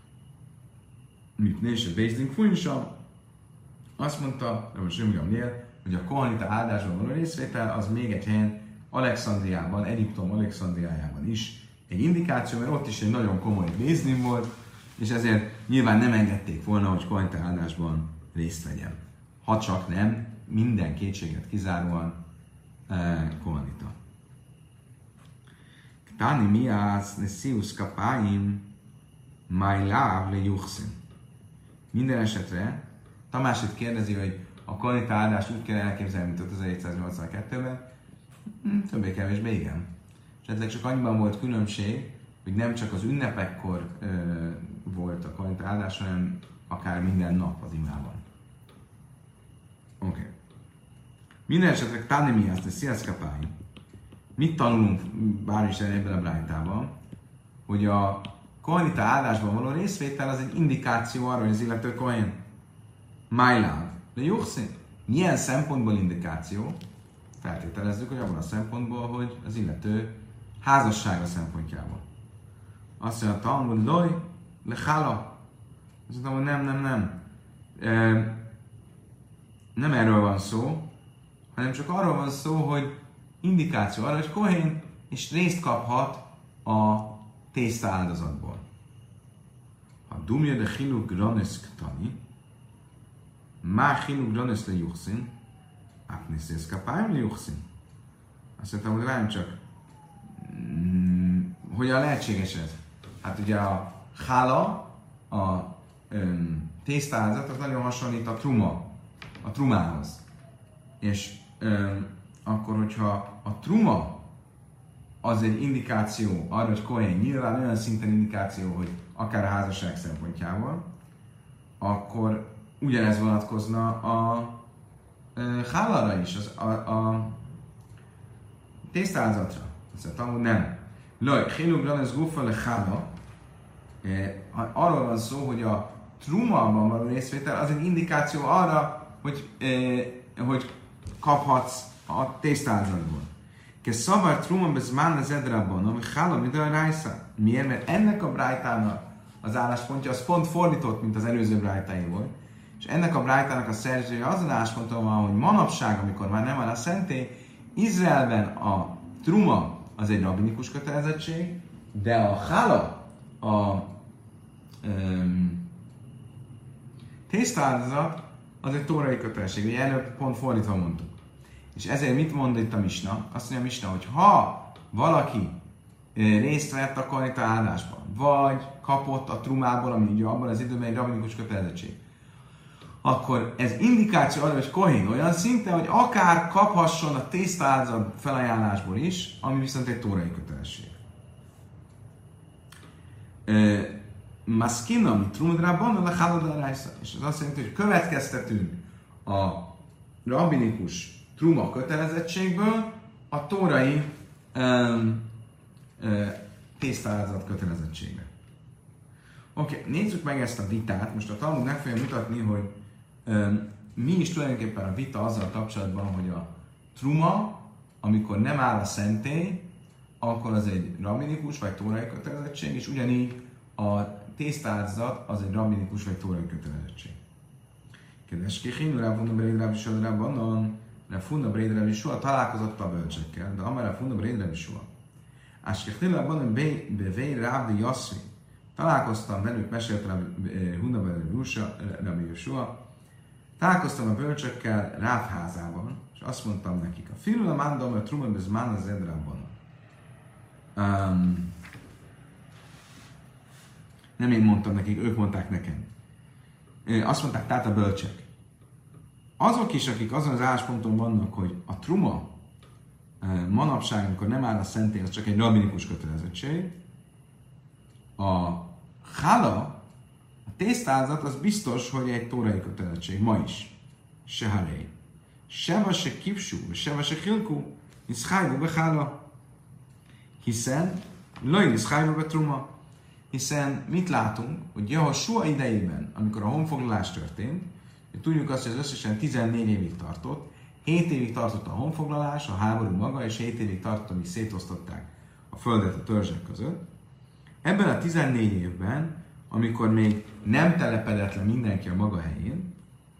mit nézse Bézdin fújnsam, azt mondta, Simon Gamliel, hogy a kohanita áldásban való részvétel az még egy helyen Alexandriában, Egyiptom Alexandriájában is egy indikáció, mert ott is egy nagyon komoly Bézdin volt, és ezért nyilván nem engedték volna, hogy kohanita áldásban részt vegyen. Ha csak nem, minden kétséget kizáróan kohanita. Tani miász nesius kapáim májláv le juchszin. Minden esetre Tamás itt kérdezi, hogy a kohanita áldás úgy kell elképzelni, mint 5782-ben. Többé-kevésbé igen. És ezek csak annyiban volt különbség, hogy nem csak az ünnepekkor volt a kohanita áldás, hanem akár minden nap az imában. Oké. Minden esetre Tani miász nesius kapáim. Mit tanulunk bár is ebben a brájtában, hogy a kohanita áldásban való részvétel az egy indikáció arra, hogy az illető kohén. Májláv, de juchszin. Milyen szempontból indikáció? Feltételezzük, hogy abban a szempontból, hogy az illető házassága szempontjából. Azt mondja, Talmud loj, le chala. Azt mondtam, hogy nem. Nem erről van szó, hanem csak arról van szó, hogy indikáció arra, hogy kohén és részt kaphat a tészta áldozatból. Ha dumja de chiluk granis ktani, má chiluk granis le juchszin, átniszész kapáim le juchszin. Azt mondtam, hogy várjunk csak, hogyan lehetséges ez? Hát ugye a hála, a tésztázat, az nagyon hasonlít a trumához. És akkor, hogyha a truma az egy indikáció arra, hogy kohén, nyilván olyan szinten indikáció, hogy akár a házasság szempontjából, akkor ugyanez vonatkozna a hálára is, a tésztázatra. Azt mondtam, hogy nem. Laj, Hilugran ez gufa le hála. Arról van szó, hogy a trumában való részvétel az egy indikáció arra, hogy kaphatsz a tésztázatból. Ke szavar truma bezmán az edrabban, ami hála mint a rájsza. Miért? Mert ennek a brájtának az álláspontja az pont fordított, mint az előző brájtáé volt. És ennek a brájtának a szerzője azon állásponton van, hogy manapság, amikor már nem van a szentély, Izraelben a truma az egy rabbinikus kötelezettség, de a hála, a tésztáldozat az egy tórai kötelesség. Ugye előbb pont fordítva mondtuk. És ezért mit mond itt a Misna? Azt mondja a Misna, hogy ha valaki részt vett a karita áldásban, vagy kapott a trumából, ami ugye abban az időben egy rabbinikus kötelezettség, akkor ez indikáció arra, hogy kohén olyan szinten, hogy akár kaphasson a tésztáldozat felajánlásból is, ami viszont egy tórai kötelesség. Maszkina, mi trumudrában, a háladarájsza. És az azt jelenti, hogy következtetünk a rabbinikus truma kötelezettségből a tórai tésztázat kötelezettségre. Oké, nézzük meg ezt a vitát. Most a Talmud meg fogja mutatni, hogy mi is tulajdonképpen a vita azzal kapcsolatban, hogy a truma, amikor nem áll a szentély, akkor az egy rabbinikus vagy tórai kötelezettség, és ugyanígy a tésztázat az egy rabbinikus vagy tórai kötelezettség. Kedves Kichin, Rávunda Bréd Sua, Rávunda Bréd Sua találkozott a bölcsekkel, de amár Rávunda Bréd Sua. Áskechtin Rávunda Bréd Rávi Jasszvi. Találkoztam velük, mesélt Rávunda Bréd Sua. Találkoztam a bölcsekkel Ráv házában, és azt mondtam nekik, a filmre mondom, hogy Truman bez man az Edrabban. Nem én mondtam nekik, ők mondták nekem. Azt mondták, tehát a bölcsek. Azok is, akik azon az állásponton vannak, hogy a truma manapság, amikor nem áll a szentély, az csak egy rabbinikus kötelezettség. A hála, a tésztázat, az biztos, hogy egy tórai kötelezettség. Ma is. Se haré. Seva se kipsú, seva se hilkú, iszhájba be hála. Hiszen, lojn iszhájba be truma. Hiszen mit látunk, hogy Jehosua idejében, amikor a honfoglalás történt, tudjuk azt, hogy az összesen 14 évig tartott, 7 évig tartott a honfoglalás, a háború maga, és 7 évig tartott, amíg szétosztották a földet a törzsek között. Ebben a 14 évben, amikor még nem telepedett le mindenki a maga helyén,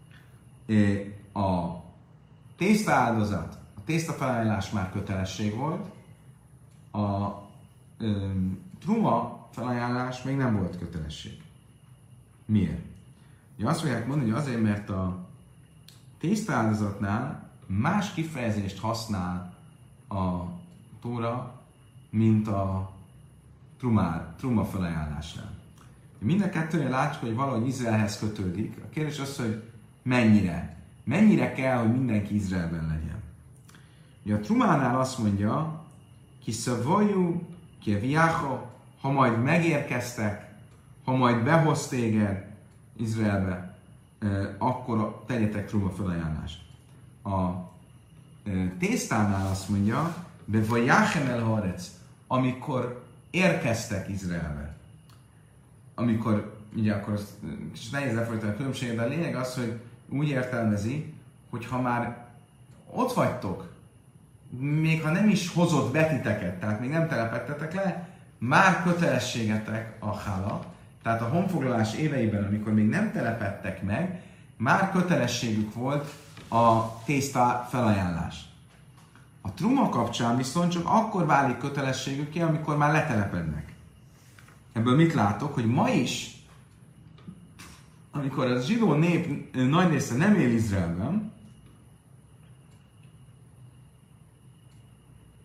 a tésztaáldozat, a tésztafelajánlás már kötelesség volt, a truma felajánlás még nem volt kötelesség. Miért? Ugye azt fogják mondani, hogy azért, mert a tésztaáldozatnál más kifejezést használ a Tóra, mint a truma felajánlásnál. Mind a kettőnél látjuk, hogy valahogy Izraelhez kötődik. A kérdés az, hogy mennyire. Mennyire kell, hogy mindenki Izraelben legyen. Ugye a trumánál azt mondja, ki szavajú, ki viáho, ha majd megérkeztek, ha majd behoz téged Izraelbe, akkor tegyetek truma felajánlást. A tésztánál azt mondja, be vajáchem el harec, amikor érkeztek Izraelbe. Amikor, ugye akkor kis nehéz lefolytani a különbséget, de a lényeg az, hogy úgy értelmezi, hogy ha már ott vagytok, még ha nem is hozott betiteket, tehát még nem telepedtetek le, már kötelességetek a hála, tehát a honfoglalás éveiben, amikor még nem telepedtek meg, már kötelességük volt a tészta felajánlás. A truma kapcsán viszont csak akkor válik kötelességük ki, amikor már letelepednek. Ebből mit látok, hogy ma is, amikor a zsidó nép nagy része nem él Izraelben,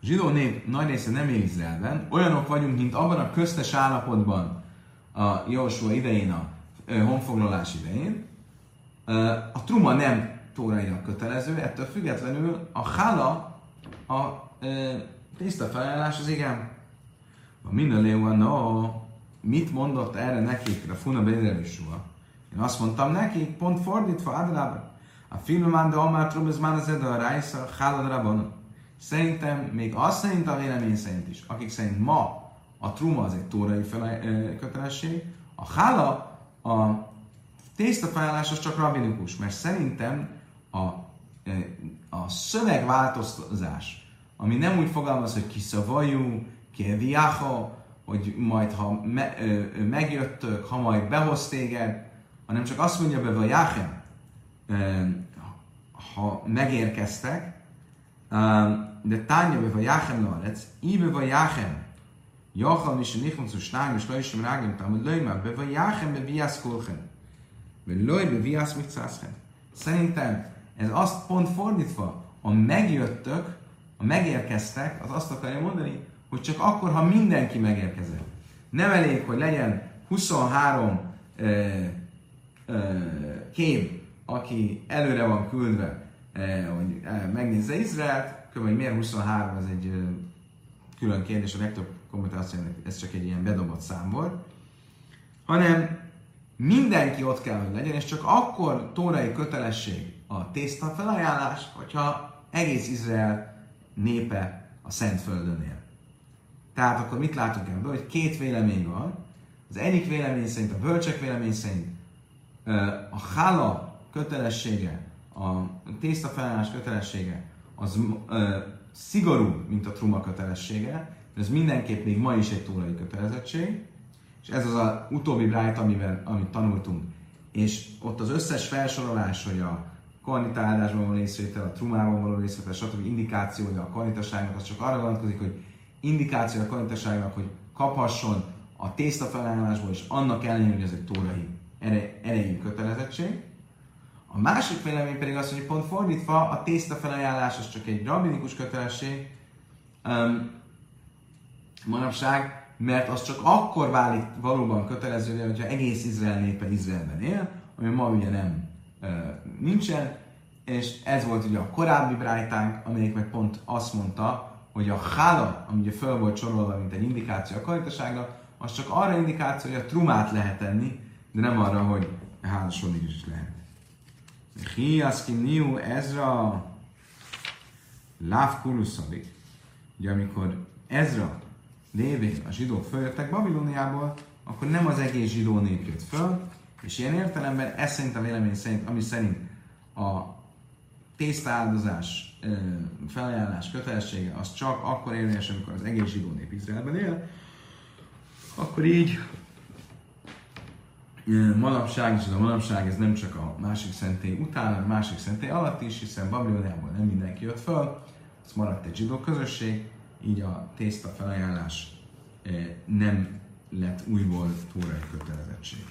zsidó nép nagy része nem él Izraelben, olyanok vagyunk, mint abban a köztes állapotban a Jósua idején, a honfoglalás idején. A truma nem tórailag kötelező, ettől függetlenül a hála, a tiszta felajánlás az igen. A mindenlévően, no, mit mondott erre nekik a Funa Bédelősúa? Én azt mondtam nekik, pont fordítva, általában. A filmán, de amár trubezmán az edő a rájsza, hálad rabban. Szerintem, még azt szerint a vélemény szerint is, akik szerint ma a truma az egy tórai kötelesség, a hála, a tésztafelállás az csak rabinikus, mert szerintem a szövegváltoztatás, ami nem úgy fogalmaz, hogy kiszavajú, kiviáha, hogy majd ha megjöttök, ha majd behoz téged, hanem csak azt mondja be, vagy jáchem, ha megérkeztek, de tánya be, vagy jáchem larec, íbe vagy jáchem, jachal is a nichoncu stány, és lajsem rágem, hogy lőjmel be, vagy jáchem be viász kolchem, vagy lőj be viász mikcászchem. Szerintem ez azt pont fordítva, ha megjöttök, ha megérkeztek, az azt akarja mondani, hogy csak akkor, ha mindenki megérkezett. Nem elég, hogy legyen 23 kép, aki előre van küldve, hogy megnézze Izraelt, hogy miért 23, az egy külön kérdés, a legtöbb kommentátor azt mondja, hogy ez csak egy ilyen bedobott szám volt, hanem mindenki ott kell, hogy legyen, és csak akkor tórai kötelesség a tészta felajánlás, hogyha egész Izrael népe a Szentföldön él. Tehát akkor mit látunk ebből, hogy két vélemény van. Az egyik vélemény szerint, a bölcsek vélemény szerint a hála kötelessége, a tészta felajánlás kötelessége az szigorú, mint a truma kötelessége, de ez mindenképp még ma is egy tórai kötelezettség, és ez az az utóbbi brájt, amit tanultunk, és ott az összes felsorolás, hogy a kohanita áldásban való részvétel, a trumában való részvétel, stb. Indikációja a kohanitaságnak, az csak arra vonatkozik, hogy indikáció a kohanitaságnak, hogy kaphasson a tészta felajánlásból, és annak ellenére, hogy ez egy tórai erejű kötelezettség. A másik vélemény pedig az, hogy pont fordítva, a tészta felajánlás az csak egy rabbinikus kötelesség manapság, mert az csak akkor válik valóban kötelezővé, hogyha egész Izrael népe Izraelben él, ami ma ugye nem nincsen, és ez volt ugye a korábbi brájtánk, amelyik meg pont azt mondta, hogy a hála, ami ugye föl volt sorolva, mint egy indikáció a kohanitaságra, az csak arra indikáció, hogy a trumát lehet enni, de nem arra, hogy a házasodni is lehet. Hiaszki niu Ezra lávkuluszadik. Ugye amikor Ezra lévén a zsidók följöttek Babilóniából, akkor nem az egész zsidó nép jött föl, és ilyen értelemben ez szerint a vélemény szerint, ami szerint a tésztaáldozás felajánlás kötelessége, az csak akkor érvényes, amikor az egész zsidó nép Izraelben él, akkor így manapság, és ez a manapság ez nem csak a másik szentély után, hanem a másik szentély alatt is, hiszen Babilóniából nem mindenki jött föl, az maradt egy zsidó közösség, így a tészta felajánlás nem lett újból tórai kötelezettség.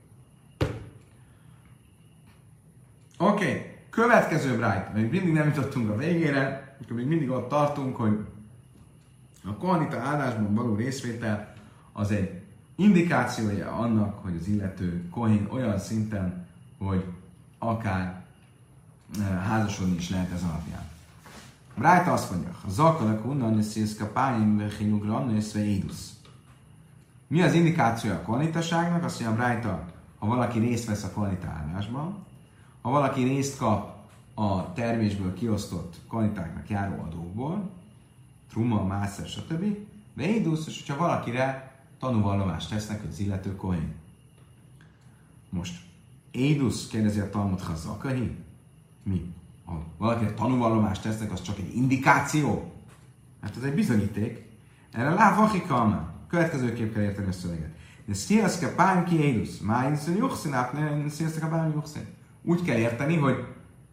Oké, következő brájt, még mindig nem jutottunk a végére, akkor még mindig ott tartunk, hogy a kohanita áldásban való részvétel az egy indikációja annak, hogy az illető kohén olyan szinten, hogy akár házasodni is lehet ez alapján. Brájta azt mondja, a zakalak unnan neszészka pályim vechinugra nőszve édusz. Mi az indikációja a kohanitaságnak? Azt mondja a Brájta, ha valaki részt vesz a kohanita áldásban, ha valaki részt kap a termésből kiosztott kohanitáknak járó adókból, truma, mászer, stb. Védusz, és hogyha valakire tanúvallomást tesznek, hogy az illető kohén. Most, édusz, kérdezi a Talmud Chazakahi. Mi? Ha valakire tanúvallomást tesznek, az csak egy indikáció? Hát ez egy bizonyíték. Erre lávachika, következőképp kell érteni a szöveget. De sziaszka pám ki édusz, májdusz, juxin, sziaszka pám juxin. Úgy kell érteni, hogy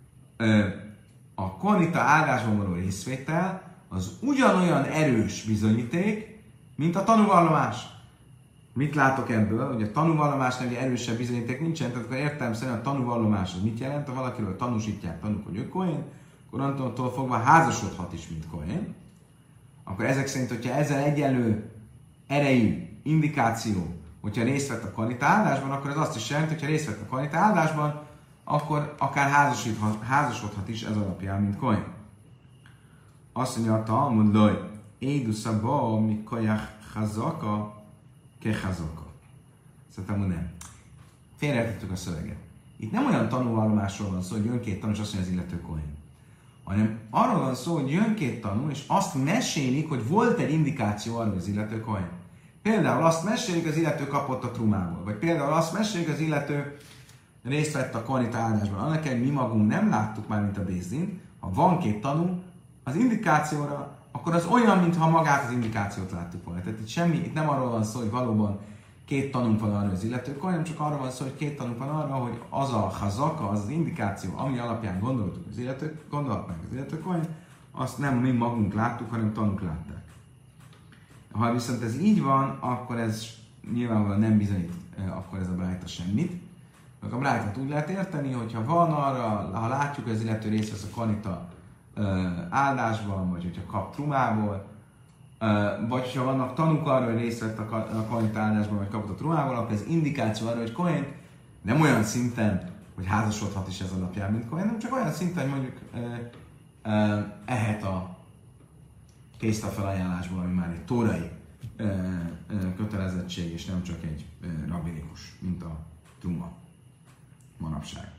a kohanita áldásban való részvétel az ugyanolyan erős bizonyíték, mint a tanúvallomás. Mit látok ebből? Hogy a tanúvallomásnál egy erősebb bizonyíték nincsen, tehát akkor értelemszerűen a tanúvallomás az mit jelent? Ha valakiről tanúsítják tanúk, hogy ő kohén, akkor attól fogva házasodhat is, mint kohén. akkor ezek szerint, hogyha ezzel egyenlő erejű indikáció, hogyha részt vett a kanita áldásban, akkor ez azt is jelenti, hogyha részt vett a kanita áldásban, akkor akár házasodhat is ez alapján, mint Kohen. Azt mondja a Talmud, hogy éduszaba, mi kajach hazaka, ke hazaka. Szerintem nem. Félreértettük a szöveget. Itt nem olyan tanúvallomásról van szó, hogy jön két tanú, és azt mondja, az illető Kohen. Hanem arról van szó, hogy jön két tanú, és azt mesélik, hogy volt egy indikáció arra, hogy az illető Kohen. Például azt mesélik, az illető kapott a trumából. Vagy például azt mesélik, az illető részt vett a kanita áldásban. Annak egy mi magunk nem láttuk már, mint a Bézdin. Ha van két tanú, az indikációra, akkor az olyan, mintha magát az indikációt láttuk volna. Tehát itt nem arról van szó, hogy valóban két tanunk van arra az illetők, hanem csak arról van szó, hogy két tanunk van arra, hogy az a hazaka, az az indikáció, ami alapján gondoltuk az illetők, gondolhatnánk az illetők, azt nem mi magunk láttuk, hanem tanúk látták. Ha viszont ez így van, akkor ez nyilvánvalóan nem bizonyít akkor ez a brájta semmit. Meg a brájtat úgy lehet érteni, hogyha van arra, ha látjuk, hogy az illető részt vesz a kanita áldásban, vagy hogyha kap trumából, vagy hogyha vannak tanúk arra, hogy részt vett a kanita áldásban, vagy kapott a trumából, akkor ez indikáció arra, hogy Kohen nem olyan szinten, hogy házasodhat is ez alapján, mint Kohen, hanem csak olyan szinten, hogy mondjuk ehet a tészta felajánlásból, ami már egy tórai kötelezettség, és nem csak egy rabbinikus, mint a truma manapság.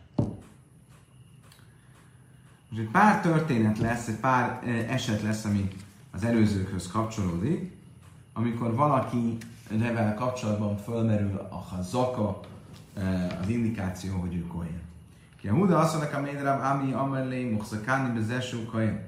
Most egy pár történet lesz, egy pár eset lesz, ami az előzőkhöz kapcsolódik, amikor valakivel kapcsolatban fölmerül a hazaka, az indikáció, hogy ő Kohen. Ki a Huda azt mondja, a Médrab, Ami, Amelé, Mochszakáni, Bezesú, Kohen.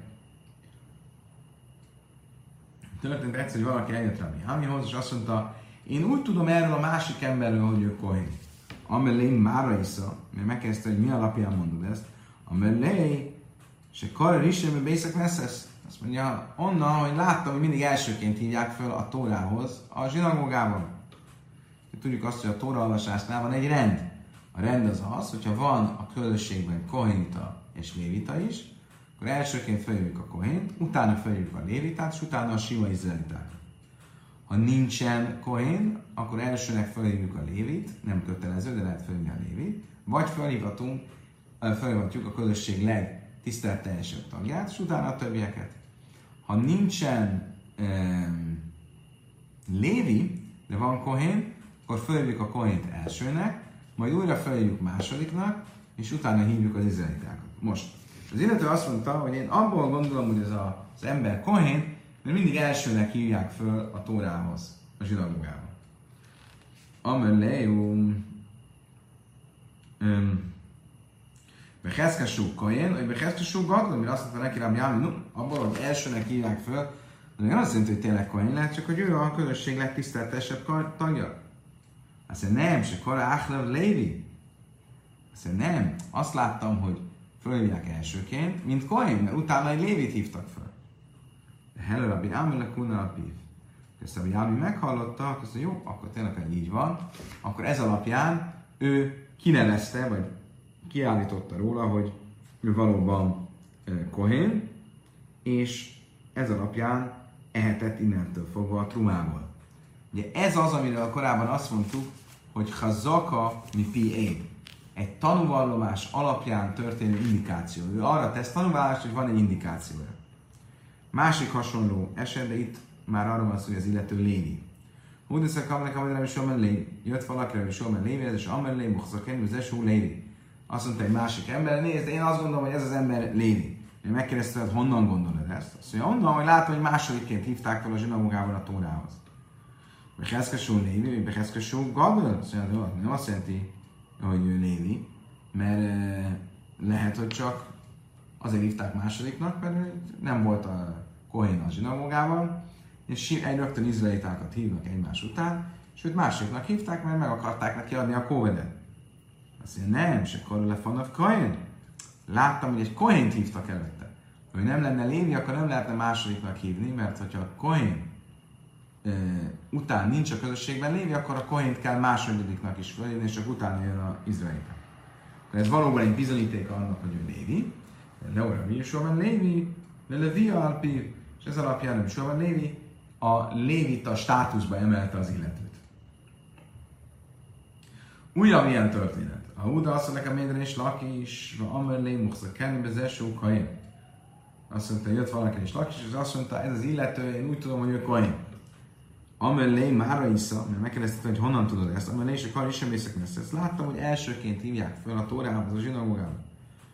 Történt egyszer, hogy valaki eljött Rabbi Amihoz, és azt mondta, én úgy tudom erről a másik emberről, hogy ő Kohen. Amelé, Mára Isza, mert megkezdte, hogy mi alapján mondod ezt. Amelé, se Kar Risebe Bészek Veszesz. Azt mondja, onnan, hogy láttam, hogy mindig elsőként hívják föl a Tórához a zsinagógában. Tudjuk azt, hogy a Tóraolvasásnál van egy rend. A rend az az, hogyha van a közösségben kohénita és lévita is, akkor elsőként feljövjük a kohént, utána feljövjük a lévitát, és utána a sima izraelitákat. Ha nincsen kohén, akkor elsőnek feljövjük a lévit, nem kötelező, de lehet feljövni a lévit, vagy felhívhatjuk a közösség legtiszteletteljesebb tagját, és utána a többieket. Ha nincsen lévi, de van kohén, akkor feljövjük a kohént elsőnek, majd újra feljövjük másodiknak, és utána hívjuk az izraelitákat. Most, az illető azt mondta, hogy én abból gondolom, hogy ez az ember kohén, mert mindig elsőnek hívják föl a Tórához, a zsinagógában. Amelejum Beheszkesú kohén, vagy Beheszkesú gadol, mire azt mondta neki Rabbi Ami, abból, hogy elsőnek hívják föl, de nem azt jelenti, hogy tényleg kohén lehet, csak hogy ő a közösség legtiszteltesebb tagja. Azt mondja, nem, se kara Achlev Lévi. Azt mondja, nem, azt láttam, hogy fölhívják elsőként, mint kohén, mert utána egy Lévit hívtak föl. Hello, Rabbi Ami lekuna a pív. Ezt Rabbi Ami meghallotta, azt mondja, jó, akkor tényleg így van. Akkor ez alapján ő kinevezte, vagy kiállította róla, hogy ő valóban kohén, és ez alapján ehetett innentől fogva a trumából. Ugye ez az, amiről korábban azt mondtuk, hogy hazaka mi pi egy tanúvallomás alapján történő indikáció. Ő arra tesz tanúvallást, hogy van egy indikációja. Másik hasonló eset, de itt már arra van szó, hogy az illető lévi. Húdeszek kamnek amelé is omen lévi. Jött valakire is omen lévi, ez is amelé, mochzaken, ez is lévi. Azt mondta egy másik ember, nézd, én azt gondolom, hogy ez az ember lévi. Én megkérdezte, hogy honnan gondolod ezt? Azt mondja, onnan, hogy látom, hogy másodikként hívták fel a zsinagógában a Tórához. Beheszkesú lévi, vagy Beheszkesú gadol? Azt mondja, nem azt jelenti, hogy ő lévi, mert lehet, hogy csak azért hívták másodiknak, mert nem volt a kohén a zsinagógában, és rögtön izraelitákat hívnak egymás után, és őt másodiknak hívták, mert meg akarták neki adni a kóvedet. Azt mondja, nem, se korul lefannak kohén. Láttam, hogy egy kohént hívtak előtte. Ha ő nem lenne lévi, akkor nem lehetne másodiknak hívni, mert hogyha a kohén után nincs a közösségben lévi, akkor a kohént kell másodiknak is felhívni, és csak utána jön az izraelita. Ez valóban egy bizonyíték annak, hogy ő lévi. Leora Vilsomen lévi, de levia alpív, és ez alapján nem soha Lévi a lévita státuszba emelte az illetőt. Újabb ilyen történet. A Uda azt mondja, nekem és Lakis, Amerlé, Muxza Kennibe, Zesó, Kain. Azt mondta, jött valaki és Lakis, és azt mondta, ez az illető, én úgy tudom, hogy ő Kain. Amerlé, Mára Isza, mert megkérdezte, hogy honnan tudod ezt. Amerlé, és a Kar is emészek messze. Ezt láttam, hogy elsőként hívják fel a Tórához, a zsinagógában.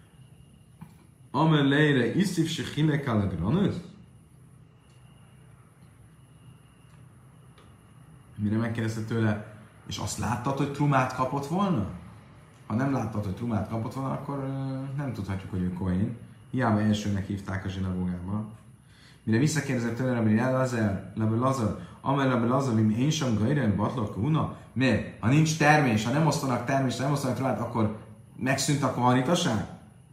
Amerlére, Iszif, se Hilek, Alagranöz. Mire megkérdezte tőle, és azt láttad, hogy trumát kapott volna? Ha nem láttad, hogy trumát kapott volna, akkor nem tudhatjuk, hogy ő Kohen. Hiába elsőnek hívták a zsinagógába. Mire visszakérdezett tőle, Rabbi Lazar, amely Rabbi Lazar, én sem gajren, batlak, huna. Miért? Ha nincs termés, ha nem osztanak termést, ha nem osztanak trumát, akkor megszűnt a kohanitaság?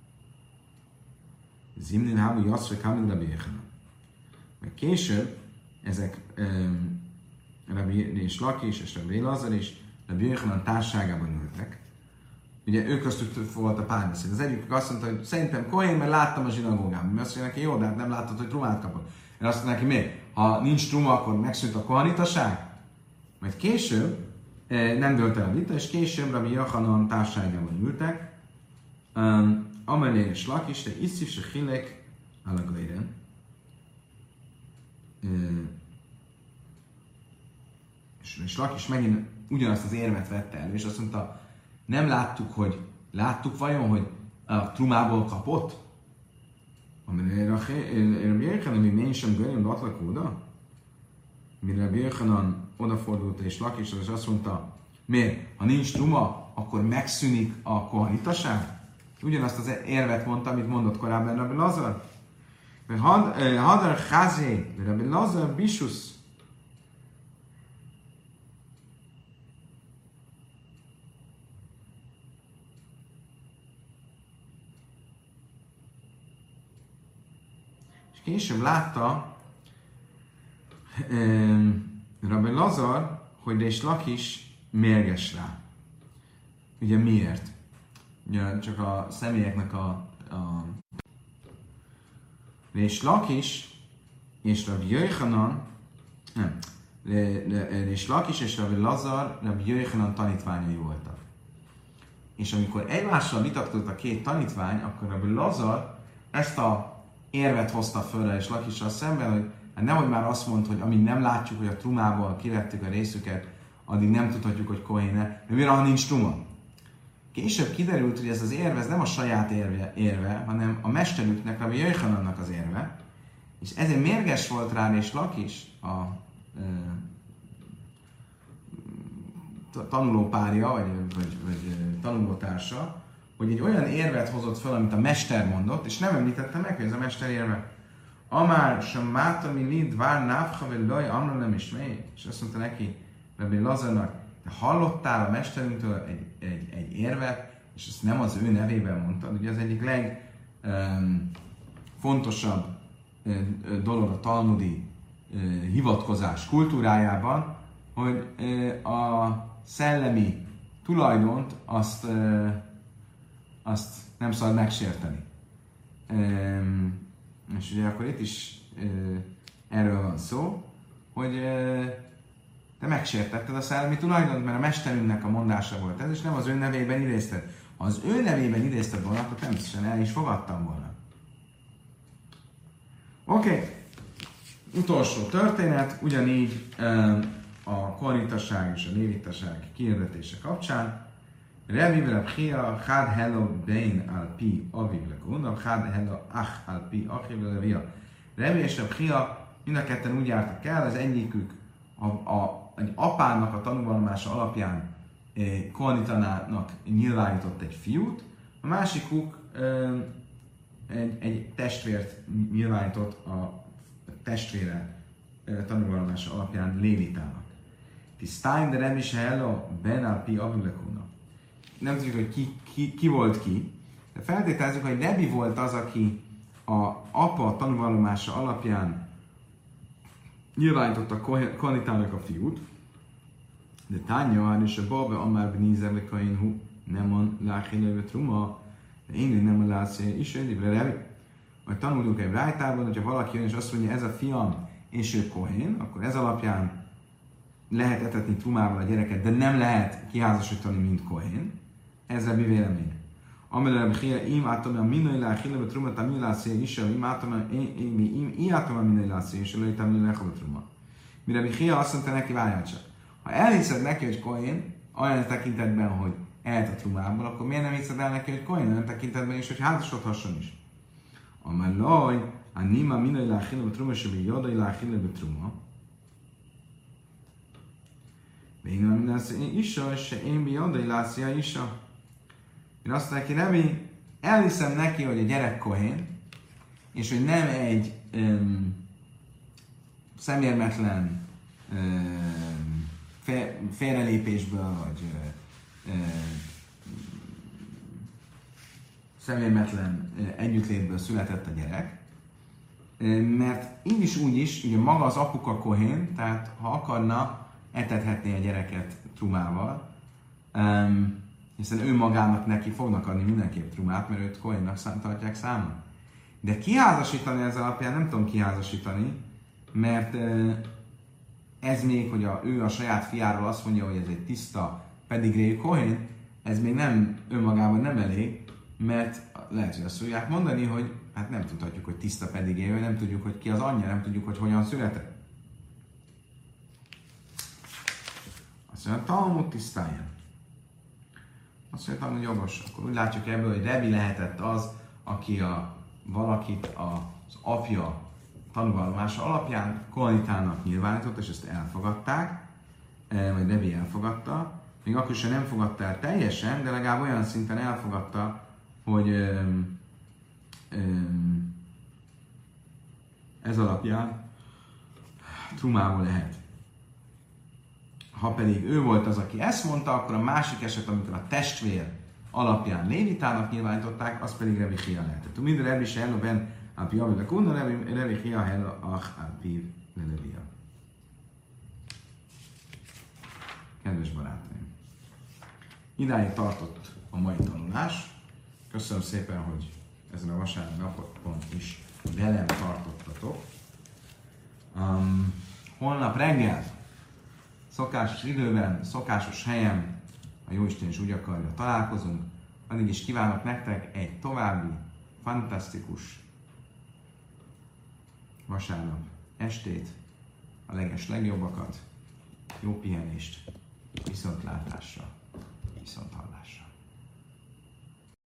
Zimnin hábu jasszra kámin Rabbi Yechana. Meg később ezek Rabbi és Lakis és Rabbi Lazar is Rabbi Yechanan társágában ültek. Ugye ők köztük volt a párbeszéd. Az egyik azt mondta, hogy szerintem Kohen, mert láttam a zsinagógában. Mi azt mondja neki, jó, de hát nem láttad, hogy trumát kapott. Én azt mondja neki, miért? Ha nincs truma, akkor megszűnt a kohanitaság? Majd később nem dölt el a vita, és később Rabbi Yechanan társágában ültek. Amelé és Lakis, de Iszif se Hilek Alagairen. És Lakis megint ugyanazt az érvet vette elő, és azt mondta, nem láttuk vajon, hogy a trumából kapott? Amire Rabbi Yechanan, még én sem göröm, atlak oda? Mire Rabbi Yechanan odafordult, és Lakis, és azt mondta, miért? Ha nincs truma, akkor megszűnik a kohanitaság? Ugyanazt az érvet mondta, amit mondott korábban Rabbi Lazar. Hadar Chazé, Rabbi Lazar Bishus. És később látta Rabbi Lazar, hogy és Lakis mérges rá. Ugye miért? Ugye csak a személyeknek és Lakis és Rabbi Yechanan, nem, és Lakis és Rabbi Lazar, Rabbi Yechanan tanítványai voltak. És amikor egymással vitatkozott a két tanítvány, akkor Rabbi Lazar ezt a érvet hozta föl és Lakissal szemben, hogy hát nehogy már azt mondd, hogy amíg nem látjuk, hogy a trumából kivettük a részüket, addig nem tudhatjuk, hogy Kohéne, mert mire, ha nincs truma? Később kiderült, hogy ez az érve, ez nem a saját érve, hanem a mesterüknek, Rabbi Yechanannak az érve, és ezért mérges volt rá és Lakis, a tanulópárja, vagy tanulótársa, hogy egy olyan érvet hozott fel, amit a mester mondott, és nem említette meg, hogy ez a mester érve. Amár sem mátami lid vár návha, vagy laj, amra nem is mély. És azt mondta neki, Rabbi Lazarnak, te hallottál a mesterünktől egy érvet, és ezt nem az ő nevében mondtad. Ugye az egyik legfontosabb dolog a talmudi hivatkozás kultúrájában, hogy a szellemi tulajdont azt nem szabad megsérteni. És ugye akkor itt is erről van szó, hogy te megsértetted a szellemi tulajdont, mert a mesterünknek a mondása volt ez, és nem az ő nevében idézted. Ha az ő nevében idézted volna, akkor természetesen el is fogadtam volna. Oké. Utolsó történet, ugyanígy a kohanitaság és a lévitaság kiirdetése kapcsán. Revi vele Chia, Chad Hello Bein al Pi Aviv Lekunda, Chad Hello Ach al Pi Achiv Levia. Revi és Reb Chia mind a ketten úgy jártak el, az egyikük egy apának a tanúvallomása alapján kohanitanának nyilvánított egy fiút, a másikuk egy testvért nyilvánított a testvére tanúvallomása alapján lévitának. Tisztány, de nem is hello ben al Pi Aviv Lekunda. Nem tudjuk, hogy ki volt ki, de feltételezzük, hogy Rebi volt az, aki a apa tanúvallomása alapján nyilvánította kohanitának a fiút, de Tánya és a baba amár benízerle kainhu nemon láchinőve truma, de én nem a lácé is egyébre Rebi. vagy tanuljuk egy rájtában, hogyha valaki jön és azt mondja, ez a fiam, és ő kohén, akkor ez alapján lehet etetni trumával a gyereket, de nem lehet kiházasítani, mint kohén. Ezzel mi vélemény? Amely Rabbi Chia, im átom a minői láchile, a trumát a minői lászia is, im átom a minői lászia is, előtt a minői láchile truma. Mire Rabbi Chia azt mondta neki, várjál csak. Ha elhiszed neki, hogy kohén, olyan tekintetben, hogy ehet a trumából, akkor miért nem hiszed el neki, hogy kohén, olyan tekintetben is, hogy házasodhasson is? Amely laj, a nima minői láchile, a truma, és a jodai láchile, a truma. Végül a minői isa, és én jodai lászia isa. Én azt neki, Rebi, elhiszem neki, hogy a gyerek kohén, és hogy nem egy szemérmetlen félrelépésből, vagy szemérmetlen együttlétből született a gyerek, mert így is úgy is, ugye maga az apuka kohén, tehát ha akarna, etethetné a gyereket trumával, hiszen ő magának neki fognak adni mindenképp trumát, mert őt kohénnak tartják számon. De kiházasítani ez alapján nem tudom kiházasítani, mert ez még, hogy ő a saját fiáról azt mondja, hogy ez egy tiszta pedigréjű kohén, ez még nem önmagában nem elég, mert lehet, hogy azt fogják mondani, hogy hát nem tudhatjuk, hogy tiszta pedigréjű, nem tudjuk, hogy ki az anyja, nem tudjuk, hogy hogyan született. Azt mondja, Talmud tisztáljon. Azt mondja, hogy jogos. Akkor úgy látjuk ebből, hogy Rebi lehetett az, aki valakit az apja tanúvallomása alapján kohanitának nyilvánított, és ezt elfogadták, vagy Rebi elfogadta. Még akkor sem nem fogadta el teljesen, de legalább olyan szinten elfogadta, hogy ez alapján trumából lehet. Ha pedig ő volt az, aki ezt mondta, akkor a másik eset, amikor a testvér alapján lévitának nyilvánították, az pedig Rebi Chia lehetett. Minden Rebi se hello ben a piavi lekunda, Rebi Chia hello ach a piv lelevia. Kedves barátaim! Idáig tartott a mai tanulás. Köszönöm szépen, hogy ezen a vasárnap napon is velem tartottatok. Holnap reggel szokásos időben, szokásos helyen, a Jóisten is úgy akarja, találkozunk. Addig is kívánok nektek egy további fantasztikus vasárnap estét, a legjobbakat, jó pihenést, viszontlátásra, viszonthallásra.